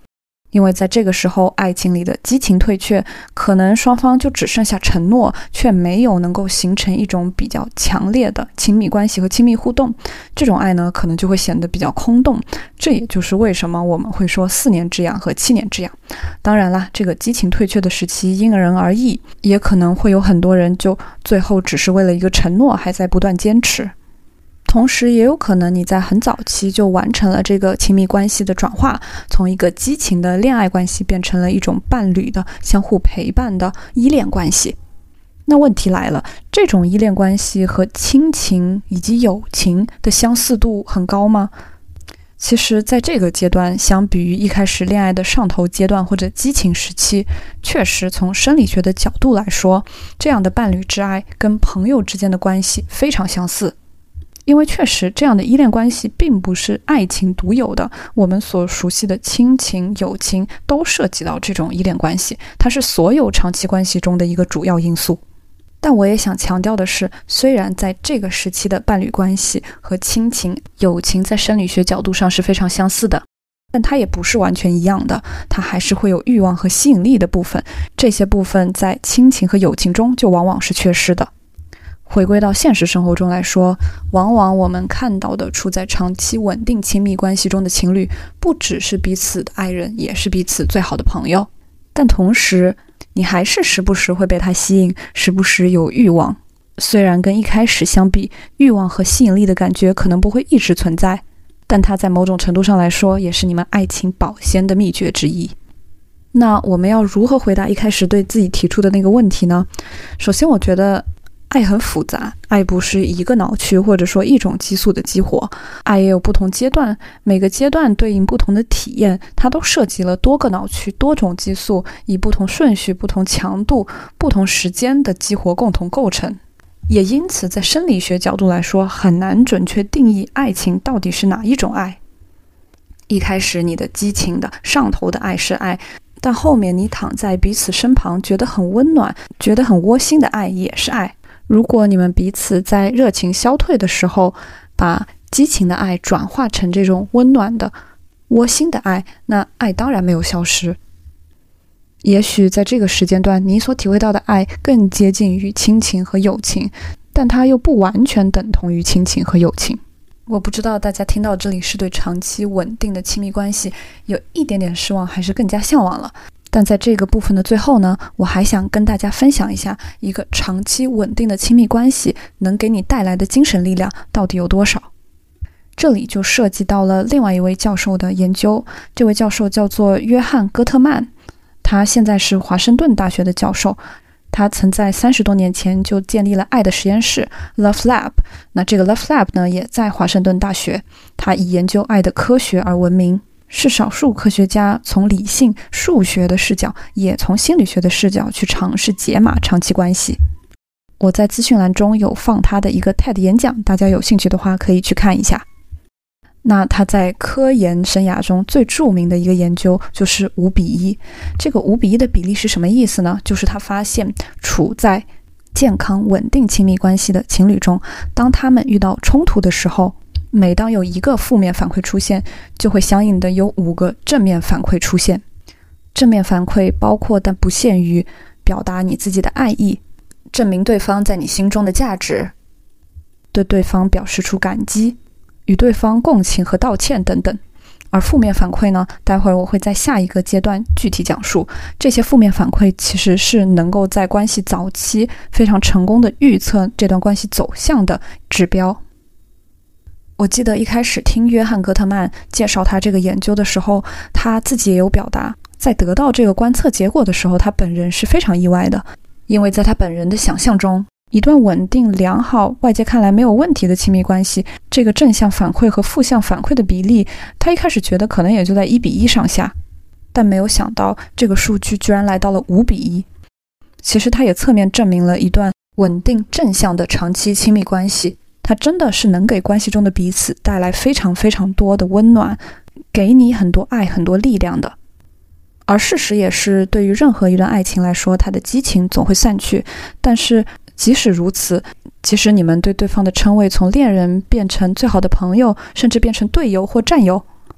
因为在这个时候，爱情里的激情退却，可能双方就只剩下承诺，却没有能够形成一种比较强烈的亲密关系和亲密互动。这种爱呢，可能就会显得比较空洞。这也就是为什么我们会说四年之痒和七年之痒。当然啦，这个激情退却的时期因人而异，也可能会有很多人就最后只是为了一个承诺还在不断坚持。同时也有可能你在很早期就完成了这个亲密关系的转化，从一个激情的恋爱关系变成了一种伴侣的相互陪伴的依恋关系。那问题来了，这种依恋关系和亲情以及友情的相似度很高吗？其实在这个阶段，相比于一开始恋爱的上头阶段或者激情时期，确实从生理学的角度来说，这样的伴侣之爱跟朋友之间的关系非常相似。因为确实这样的依恋关系并不是爱情独有的，我们所熟悉的亲情、友情都涉及到这种依恋关系，它是所有长期关系中的一个主要因素。但我也想强调的是，虽然在这个时期的伴侣关系和亲情、友情在生理学角度上是非常相似的，但它也不是完全一样的，它还是会有欲望和吸引力的部分，这些部分在亲情和友情中就往往是缺失的。回归到现实生活中来说，往往我们看到的处在长期稳定亲密关系中的情侣，不只是彼此的爱人，也是彼此最好的朋友。但同时，你还是时不时会被他吸引，时不时有欲望。虽然跟一开始相比，欲望和吸引力的感觉可能不会一直存在，但它在某种程度上来说，也是你们爱情保鲜的秘诀之一。那我们要如何回答一开始对自己提出的那个问题呢？首先，我觉得爱很复杂，爱不是一个脑区或者说一种激素的激活，爱也有不同阶段，每个阶段对应不同的体验，它都涉及了多个脑区、多种激素，以不同顺序、不同强度、不同时间的激活共同构成。也因此，在生理学角度来说，很难准确定义爱情到底是哪一种爱。一开始你的激情的上头的爱是爱，但后面你躺在彼此身旁觉得很温暖、觉得很窝心的爱也是爱。如果你们彼此在热情消退的时候，把激情的爱转化成这种温暖的、窝心的爱，那爱当然没有消失。也许在这个时间段，你所体会到的爱更接近于亲情和友情，但它又不完全等同于亲情和友情。我不知道大家听到这里是对长期稳定的亲密关系有一点点失望，还是更加向往了。但在这个部分的最后呢，我还想跟大家分享一下，一个长期稳定的亲密关系能给你带来的精神力量到底有多少。这里就涉及到了另外一位教授的研究，这位教授叫做约翰·戈特曼，他现在是华盛顿大学的教授，他曾在三十多年前就建立了爱的实验室 Love Lab， 那这个 Love Lab 呢也在华盛顿大学，他以研究爱的科学而闻名，是少数科学家从理性、数学的视角，也从心理学的视角去尝试解码长期关系。我在资讯栏中有放他的一个 TED 演讲，大家有兴趣的话可以去看一下。那他在科研生涯中最著名的一个研究就是五比一。这个五比一的比例是什么意思呢？就是他发现处在健康稳定亲密关系的情侣中，当他们遇到冲突的时候，每当有一个负面反馈出现，就会相应的有五个正面反馈出现。正面反馈包括但不限于表达你自己的爱意，证明对方在你心中的价值，对对方表示出感激，与对方共情和道歉等等。而负面反馈呢，待会儿我会在下一个阶段具体讲述。这些负面反馈其实是能够在关系早期非常成功的预测这段关系走向的指标。我记得一开始听约翰·戈特曼介绍他这个研究的时候，他自己也有表达，在得到这个观测结果的时候，他本人是非常意外的，因为在他本人的想象中，一段稳定良好、外界看来没有问题的亲密关系，这个正向反馈和负向反馈的比例，他一开始觉得可能也就在一比一上下，但没有想到这个数据居然来到了五比一。其实他也侧面证明了一段稳定正向的长期亲密关系，它真的是能给关系中的彼此带来非常非常多的温暖，给你很多爱、很多力量的。而事实也是，对于任何一段爱情来说，它的激情总会散去，但是即使如此，即使你们对对方的称谓从恋人变成最好的朋友，甚至变成队友或战友，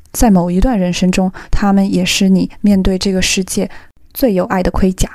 在某一段人生中，他们也是你面对这个世界最有爱的盔甲。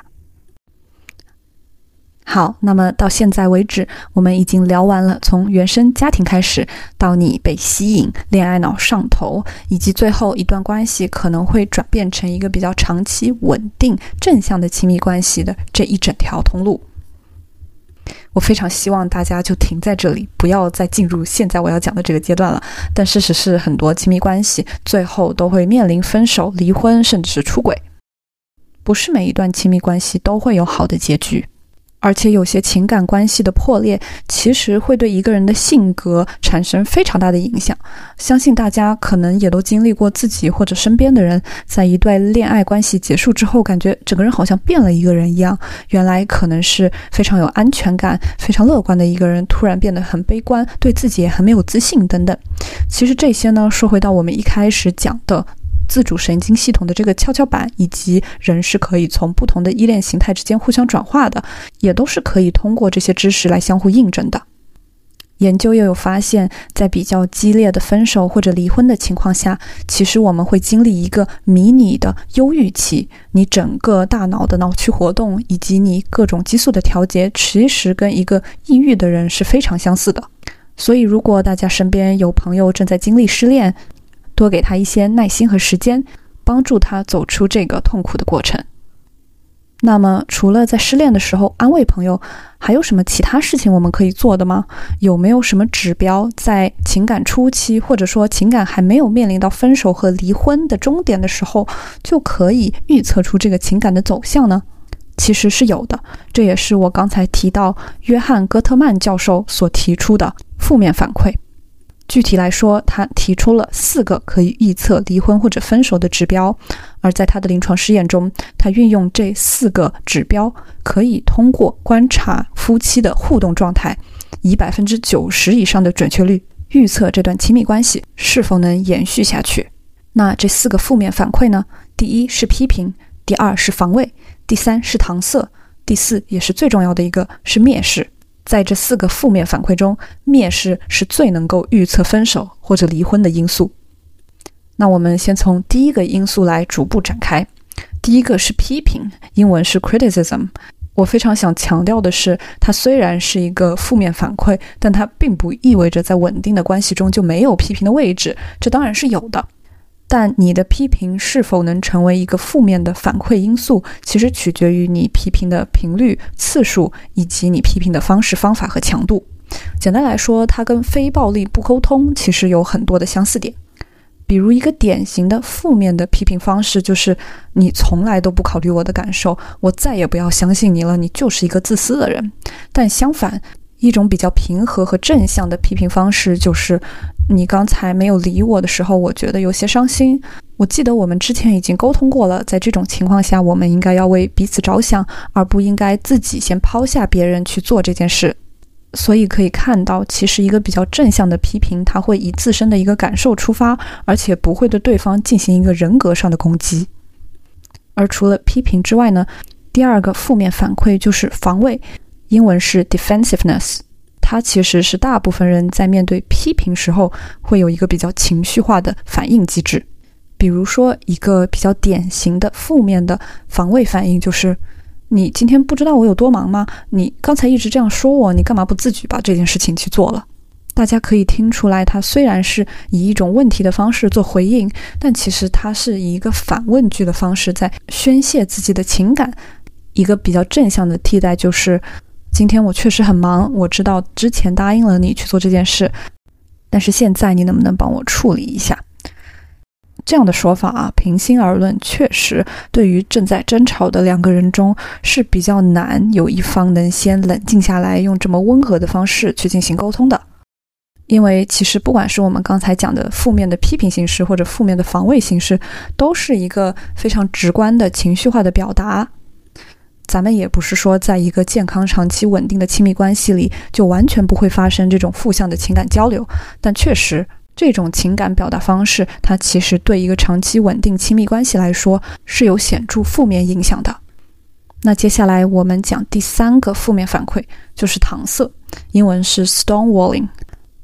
好，那么到现在为止，我们已经聊完了从原生家庭开始，到你被吸引、恋爱脑上头，以及最后一段关系可能会转变成一个比较长期、稳定、正向的亲密关系的这一整条通路。我非常希望大家就停在这里，不要再进入现在我要讲的这个阶段了。但事实是，很多亲密关系最后都会面临分手、离婚，甚至是出轨。不是每一段亲密关系都会有好的结局。而且有些情感关系的破裂，其实会对一个人的性格产生非常大的影响。相信大家可能也都经历过自己或者身边的人，在一段恋爱关系结束之后，感觉整个人好像变了一个人一样。原来可能是非常有安全感、非常乐观的一个人，突然变得很悲观，对自己也很没有自信等等。其实这些呢，说回到我们一开始讲的自主神经系统的这个跷跷板，以及人是可以从不同的依恋形态之间互相转化的，也都是可以通过这些知识来相互印证的。研究又有发现，在比较激烈的分手或者离婚的情况下，其实我们会经历一个迷你的忧郁期，你整个大脑的脑区活动以及你各种激素的调节，其实跟一个抑郁的人是非常相似的。所以如果大家身边有朋友正在经历失恋，多给他一些耐心和时间，帮助他走出这个痛苦的过程。那么除了在失恋的时候安慰朋友，还有什么其他事情我们可以做的吗？有没有什么指标在情感初期，或者说情感还没有面临到分手和离婚的终点的时候，就可以预测出这个情感的走向呢？其实是有的，这也是我刚才提到约翰·戈特曼教授所提出的负面反馈。具体来说，他提出了四个可以预测离婚或者分手的指标，而在他的临床试验中，他运用这四个指标，可以通过观察夫妻的互动状态，以百分之九十以上的准确率预测这段亲密关系是否能延续下去。那这四个负面反馈呢？第一是批评，第二是防卫，第三是搪塞，第四也是最重要的一个是蔑视。在这四个负面反馈中，蔑视是最能够预测分手或者离婚的因素。那我们先从第一个因素来逐步展开。第一个是批评，英文是 criticism。我非常想强调的是，它虽然是一个负面反馈，但它并不意味着在稳定的关系中就没有批评的位置，这当然是有的。但你的批评是否能成为一个负面的反馈因素，其实取决于你批评的频率、次数，以及你批评的方式、方法和强度。简单来说，它跟非暴力不沟通其实有很多的相似点。比如一个典型的负面的批评方式就是你从来都不考虑我的感受，我再也不要相信你了，你就是一个自私的人。但相反，一种比较平和和正向的批评方式就是你刚才没有理我的时候，我觉得有些伤心。我记得我们之前已经沟通过了，在这种情况下，我们应该要为彼此着想，而不应该自己先抛下别人去做这件事。所以可以看到，其实一个比较正向的批评，它会以自身的一个感受出发，而且不会对对方进行一个人格上的攻击。而除了批评之外呢，第二个负面反馈就是防卫，英文是 defensiveness。它其实是大部分人在面对批评时候会有一个比较情绪化的反应机制。比如说一个比较典型的负面的防卫反应就是你今天不知道我有多忙吗？你刚才一直这样说我，你干嘛不自己把这件事情去做了？大家可以听出来，它虽然是以一种问题的方式做回应，但其实它是以一个反问句的方式在宣泄自己的情感。一个比较正向的替代就是今天我确实很忙，我知道之前答应了你去做这件事，但是现在你能不能帮我处理一下？这样的说法啊，平心而论，确实对于正在争吵的两个人中是比较难有一方能先冷静下来，用这么温和的方式去进行沟通的。因为其实不管是我们刚才讲的负面的批评形式或者负面的防卫形式，都是一个非常直观的情绪化的表达。咱们也不是说在一个健康长期稳定的亲密关系里就完全不会发生这种负向的情感交流，但确实这种情感表达方式它其实对一个长期稳定亲密关系来说是有显著负面影响的。那接下来我们讲第三个负面反馈，就是搪塞，英文是 stonewalling。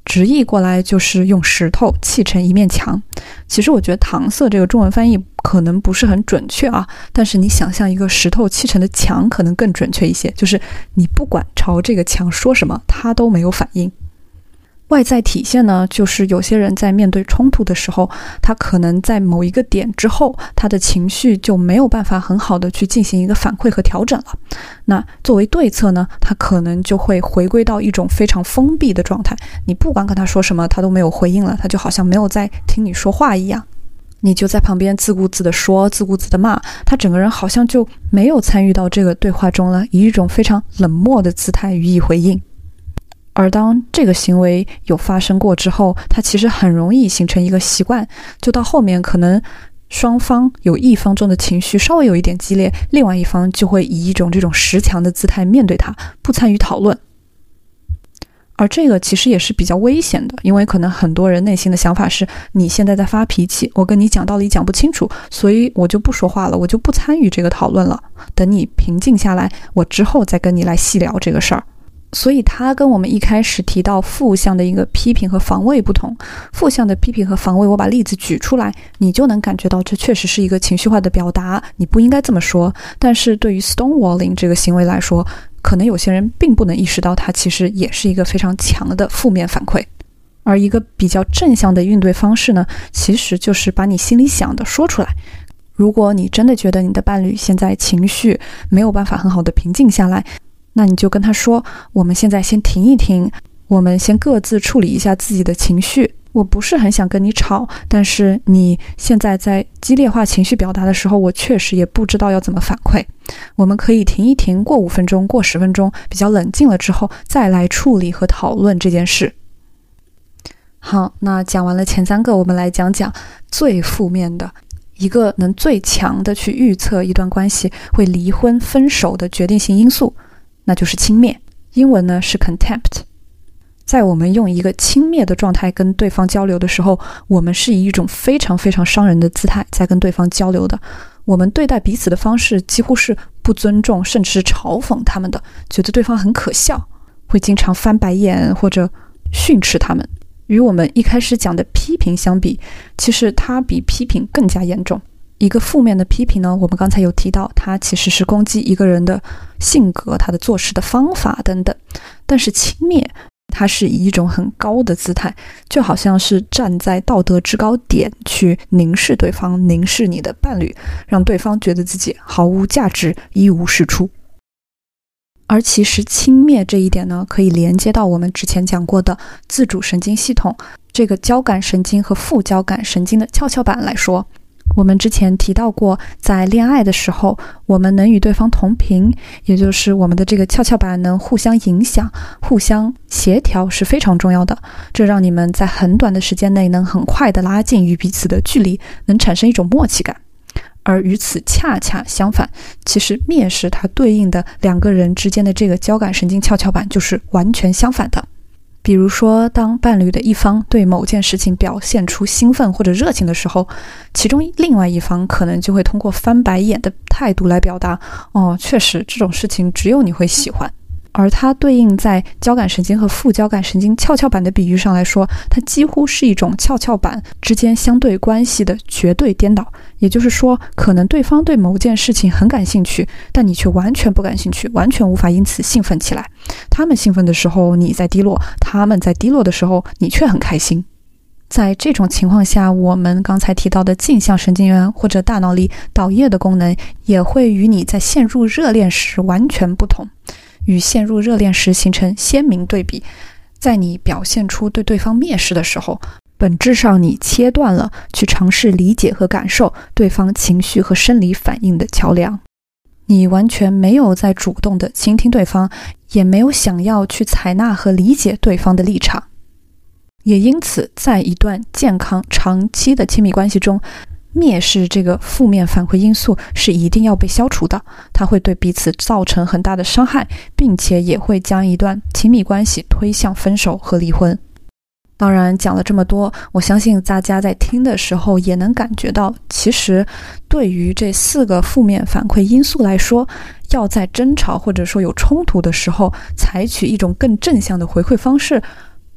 直译过来就是用石头砌成一面墙。其实我觉得搪塞这个中文翻译可能不是很准确啊，但是你想象一个石头砌成的墙可能更准确一些，就是你不管朝这个墙说什么，它都没有反应。外在体现呢，就是有些人在面对冲突的时候，他可能在某一个点之后，他的情绪就没有办法很好的去进行一个反馈和调整了。那作为对策呢，他可能就会回归到一种非常封闭的状态，你不管跟他说什么，他都没有回应了，他就好像没有在听你说话一样。你就在旁边自顾自的说，自顾自的骂，他整个人好像就没有参与到这个对话中了，以一种非常冷漠的姿态予以回应。而当这个行为有发生过之后，它其实很容易形成一个习惯，就到后面可能双方有一方中的情绪稍微有一点激烈，另外一方就会以一种这种识强的姿态面对它，不参与讨论。而这个其实也是比较危险的，因为可能很多人内心的想法是，你现在在发脾气，我跟你讲道理讲不清楚，所以我就不说话了，我就不参与这个讨论了，等你平静下来，我之后再跟你来细聊这个事儿。所以它跟我们一开始提到负向的一个批评和防卫不同。负向的批评和防卫，我把例子举出来，你就能感觉到这确实是一个情绪化的表达，你不应该这么说。但是对于 stonewalling 这个行为来说，可能有些人并不能意识到它其实也是一个非常强的负面反馈。而一个比较正向的应对方式呢，其实就是把你心里想的说出来。如果你真的觉得你的伴侣现在情绪没有办法很好的平静下来，那你就跟他说，我们现在先停一停，我们先各自处理一下自己的情绪。我不是很想跟你吵，但是你现在在激烈化情绪表达的时候，我确实也不知道要怎么反馈。我们可以停一停，过五分钟，过十分钟，比较冷静了之后，再来处理和讨论这件事。好，那讲完了前三个，我们来讲讲最负面的一个能最强的去预测一段关系会离婚分手的决定性因素，那就是轻蔑。英文呢是 contempt。 在我们用一个轻蔑的状态跟对方交流的时候，我们是以一种非常非常伤人的姿态在跟对方交流的。我们对待彼此的方式几乎是不尊重，甚至是嘲讽他们的，觉得对方很可笑，会经常翻白眼或者训斥他们。与我们一开始讲的批评相比，其实它比批评更加严重。一个负面的批评呢，我们刚才有提到，它其实是攻击一个人的性格，他的做事的方法等等。但是轻蔑，它是以一种很高的姿态，就好像是站在道德制高点去凝视对方，凝视你的伴侣，让对方觉得自己毫无价值，一无是处。而其实轻蔑这一点呢，可以连接到我们之前讲过的自主神经系统，这个交感神经和副交感神经的跷跷板来说。我们之前提到过，在恋爱的时候，我们能与对方同频，也就是我们的这个跷跷板能互相影响，互相协调是非常重要的。这让你们在很短的时间内能很快的拉近与彼此的距离，能产生一种默契感。而与此恰恰相反，其实蔑视它对应的两个人之间的这个交感神经跷跷板就是完全相反的。比如说，当伴侣的一方对某件事情表现出兴奋或者热情的时候，其中另外一方可能就会通过翻白眼的态度来表达，哦，确实这种事情只有你会喜欢。而它对应在交感神经和副交感神经跷跷板的比喻上来说，它几乎是一种跷跷板之间相对关系的绝对颠倒。也就是说，可能对方对某件事情很感兴趣，但你却完全不感兴趣，完全无法因此兴奋起来。他们兴奋的时候你在低落，他们在低落的时候你却很开心。在这种情况下，我们刚才提到的镜像神经元或者大脑里导液的功能也会与你在陷入热恋时完全不同，与陷入热恋时形成鲜明对比。在你表现出对对方蔑视的时候，本质上你切断了去尝试理解和感受对方情绪和生理反应的桥梁。你完全没有在主动的倾听对方，也没有想要去采纳和理解对方的立场。也因此，在一段健康长期的亲密关系中，蔑视这个负面反馈因素是一定要被消除的，它会对彼此造成很大的伤害，并且也会将一段亲密关系推向分手和离婚。当然讲了这么多，我相信大家在听的时候也能感觉到，其实对于这四个负面反馈因素来说，要在争吵或者说有冲突的时候采取一种更正向的回馈方式，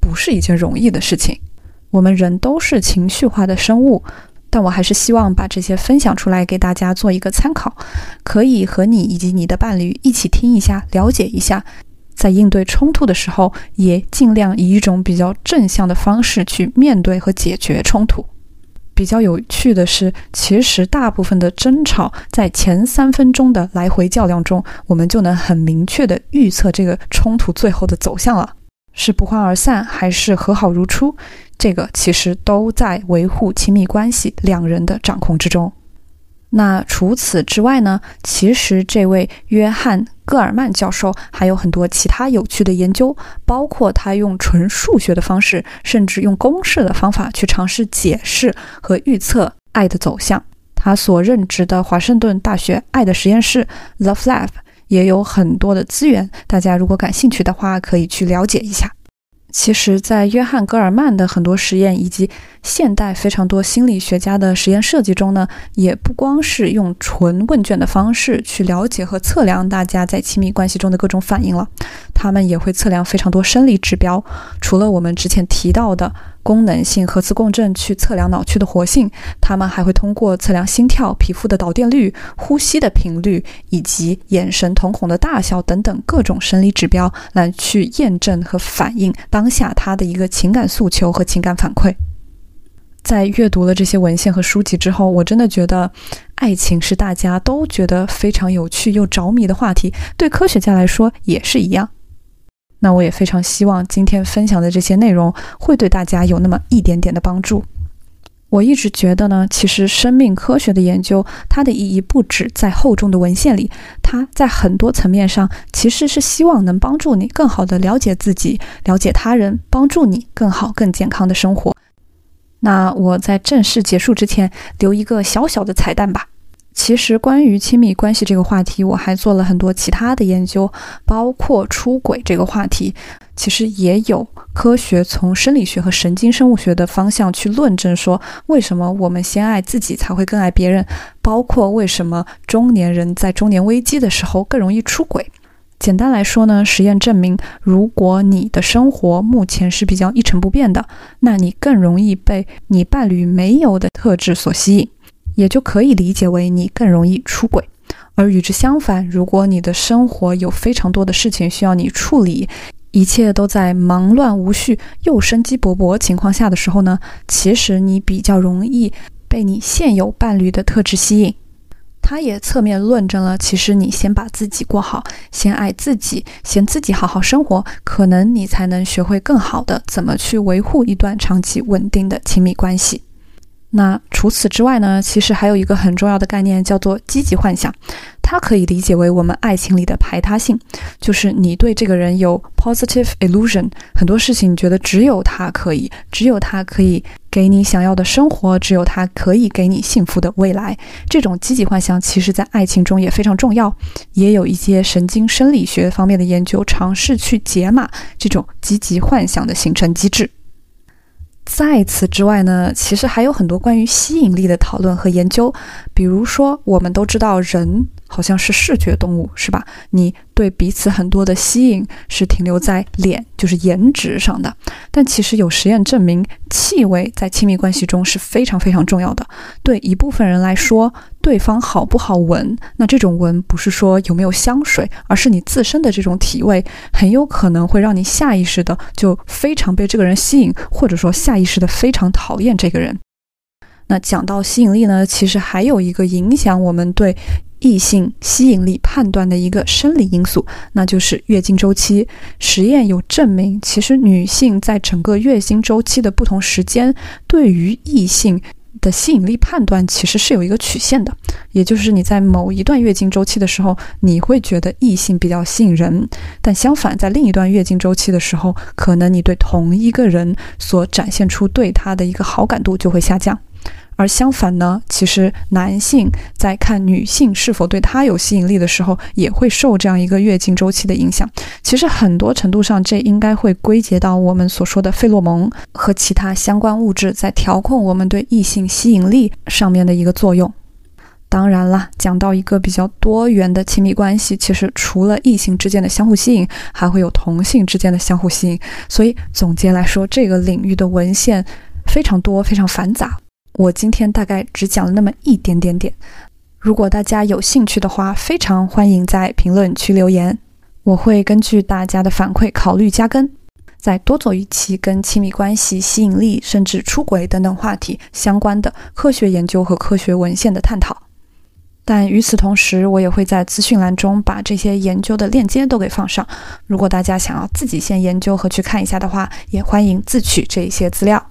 不是一件容易的事情。我们人都是情绪化的生物，但我还是希望把这些分享出来给大家做一个参考，可以和你以及你的伴侣一起听一下，了解一下，在应对冲突的时候也尽量以一种比较正向的方式去面对和解决冲突。比较有趣的是，其实大部分的争吵在前三分钟的来回较量中，我们就能很明确地预测这个冲突最后的走向了，是不欢而散还是和好如初，这个其实都在维护亲密关系两人的掌控之中。那除此之外呢，其实这位约翰·戈尔曼教授还有很多其他有趣的研究，包括他用纯数学的方式，甚至用公式的方法去尝试解释和预测爱的走向。他所任职的华盛顿大学爱的实验室 Love Lab 也有很多的资源，大家如果感兴趣的话可以去了解一下。其实在约翰·戈尔曼的很多实验以及现代非常多心理学家的实验设计中呢，也不光是用纯问卷的方式去了解和测量大家在亲密关系中的各种反应了，他们也会测量非常多生理指标，除了我们之前提到的功能性核磁共振去测量脑区的活性，他们还会通过测量心跳、皮肤的导电率、呼吸的频率以及眼神瞳孔的大小等等各种生理指标来去验证和反映当下他的一个情感诉求和情感反馈。在阅读了这些文献和书籍之后，我真的觉得爱情是大家都觉得非常有趣又着迷的话题，对科学家来说也是一样。那我也非常希望今天分享的这些内容会对大家有那么一点点的帮助。我一直觉得呢，其实生命科学的研究，它的意义不止在厚重的文献里，它在很多层面上其实是希望能帮助你更好地了解自己，了解他人，帮助你更好更健康的生活。那我在正式结束之前留一个小小的彩蛋吧。其实关于亲密关系这个话题，我还做了很多其他的研究，包括出轨这个话题，其实也有科学从生理学和神经生物学的方向去论证说，为什么我们先爱自己才会更爱别人，包括为什么中年人在中年危机的时候更容易出轨。简单来说呢，实验证明，如果你的生活目前是比较一成不变的，那你更容易被你伴侣没有的特质所吸引，也就可以理解为你更容易出轨。而与之相反，如果你的生活有非常多的事情需要你处理，一切都在忙乱无序又生机勃勃情况下的时候呢，其实你比较容易被你现有伴侣的特质吸引。它也侧面论证了，其实你先把自己过好，先爱自己，先自己好好生活，可能你才能学会更好的怎么去维护一段长期稳定的亲密关系。那除此之外呢，其实还有一个很重要的概念叫做积极幻想，它可以理解为我们爱情里的排他性，就是你对这个人有 positive illusion， 很多事情你觉得只有他可以，只有他可以给你想要的生活，只有他可以给你幸福的未来。这种积极幻想其实在爱情中也非常重要，也有一些神经生理学方面的研究尝试去解码这种积极幻想的形成机制。在此之外呢，其实还有很多关于吸引力的讨论和研究，比如说我们都知道人好像是视觉动物，是吧？你对彼此很多的吸引是停留在脸，就是颜值上的，但其实有实验证明，气味在亲密关系中是非常非常重要的。对一部分人来说，对方好不好闻，那这种闻不是说有没有香水，而是你自身的这种体味，很有可能会让你下意识的就非常被这个人吸引，或者说下意识的非常讨厌这个人。那讲到吸引力呢，其实还有一个影响我们对异性吸引力判断的一个生理因素，那就是月经周期。实验有证明，其实女性在整个月经周期的不同时间，对于异性的吸引力判断其实是有一个曲线的，也就是你在某一段月经周期的时候，你会觉得异性比较吸引人，但相反在另一段月经周期的时候，可能你对同一个人所展现出对他的一个好感度就会下降。而相反呢，其实男性在看女性是否对他有吸引力的时候，也会受这样一个月经周期的影响。其实很多程度上，这应该会归结到我们所说的费洛蒙和其他相关物质在调控我们对异性吸引力上面的一个作用。 当然了，讲到一个比较多元的亲密关系，其实除了异性之间的相互吸引，还会有同性之间的相互吸引。所以总结来说，这个领域的文献非常多，非常繁杂。我今天大概只讲了那么一点点点。如果大家有兴趣的话，非常欢迎在评论区留言，我会根据大家的反馈考虑加更，再多做一期跟亲密关系、吸引力甚至出轨等等话题相关的科学研究和科学文献的探讨。但与此同时，我也会在资讯栏中把这些研究的链接都给放上，如果大家想要自己先研究和去看一下的话，也欢迎自取这些资料。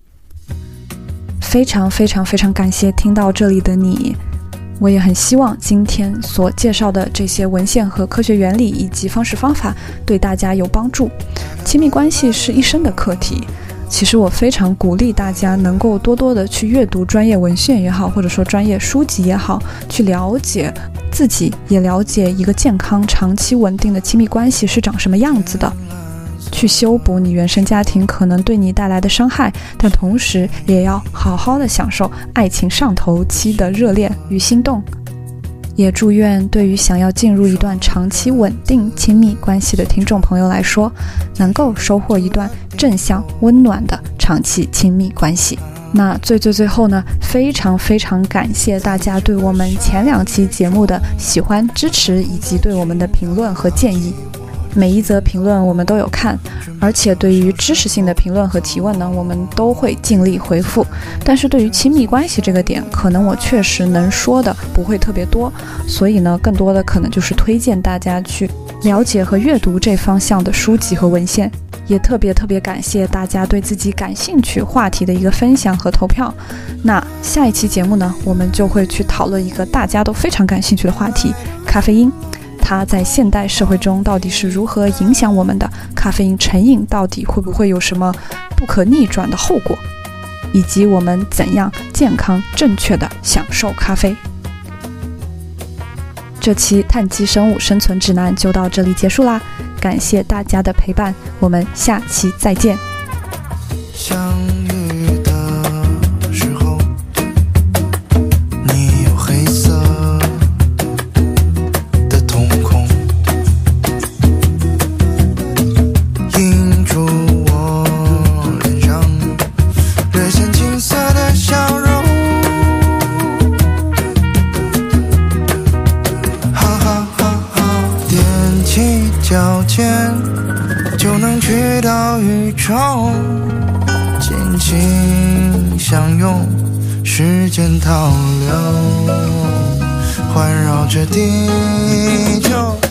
非常非常非常感谢听到这里的你，我也很希望今天所介绍的这些文献和科学原理以及方式方法对大家有帮助。亲密关系是一生的课题，其实我非常鼓励大家能够多多的去阅读专业文献也好，或者说专业书籍也好，去了解自己，也了解一个健康长期稳定的亲密关系是长什么样子的，去修补你原生家庭可能对你带来的伤害，但同时也要好好的享受爱情上头期的热恋与心动。也祝愿对于想要进入一段长期稳定亲密关系的听众朋友来说，能够收获一段正向温暖的长期亲密关系。那最最最后呢，非常非常感谢大家对我们前两期节目的喜欢、支持以及对我们的评论和建议。每一则评论我们都有看，而且对于知识性的评论和提问呢，我们都会尽力回复。但是对于亲密关系这个点，可能我确实能说的不会特别多，所以呢，更多的可能就是推荐大家去了解和阅读这方向的书籍和文献。也特别特别感谢大家对自己感兴趣话题的一个分享和投票。那下一期节目呢，我们就会去讨论一个大家都非常感兴趣的话题——咖啡因。它在现代社会中到底是如何影响我们的？咖啡因成瘾到底会不会有什么不可逆转的后果？以及我们怎样健康正确的享受咖啡？这期碳基生物生存指南就到这里结束啦，感谢大家的陪伴，我们下期再见。 相遇的时候，你有黑色的瞳孔，映出我脸上略显青涩的笑容。哈哈哈哈，踮起脚尖就能去到宇宙，尽情相拥，时间倒流，环绕着地球。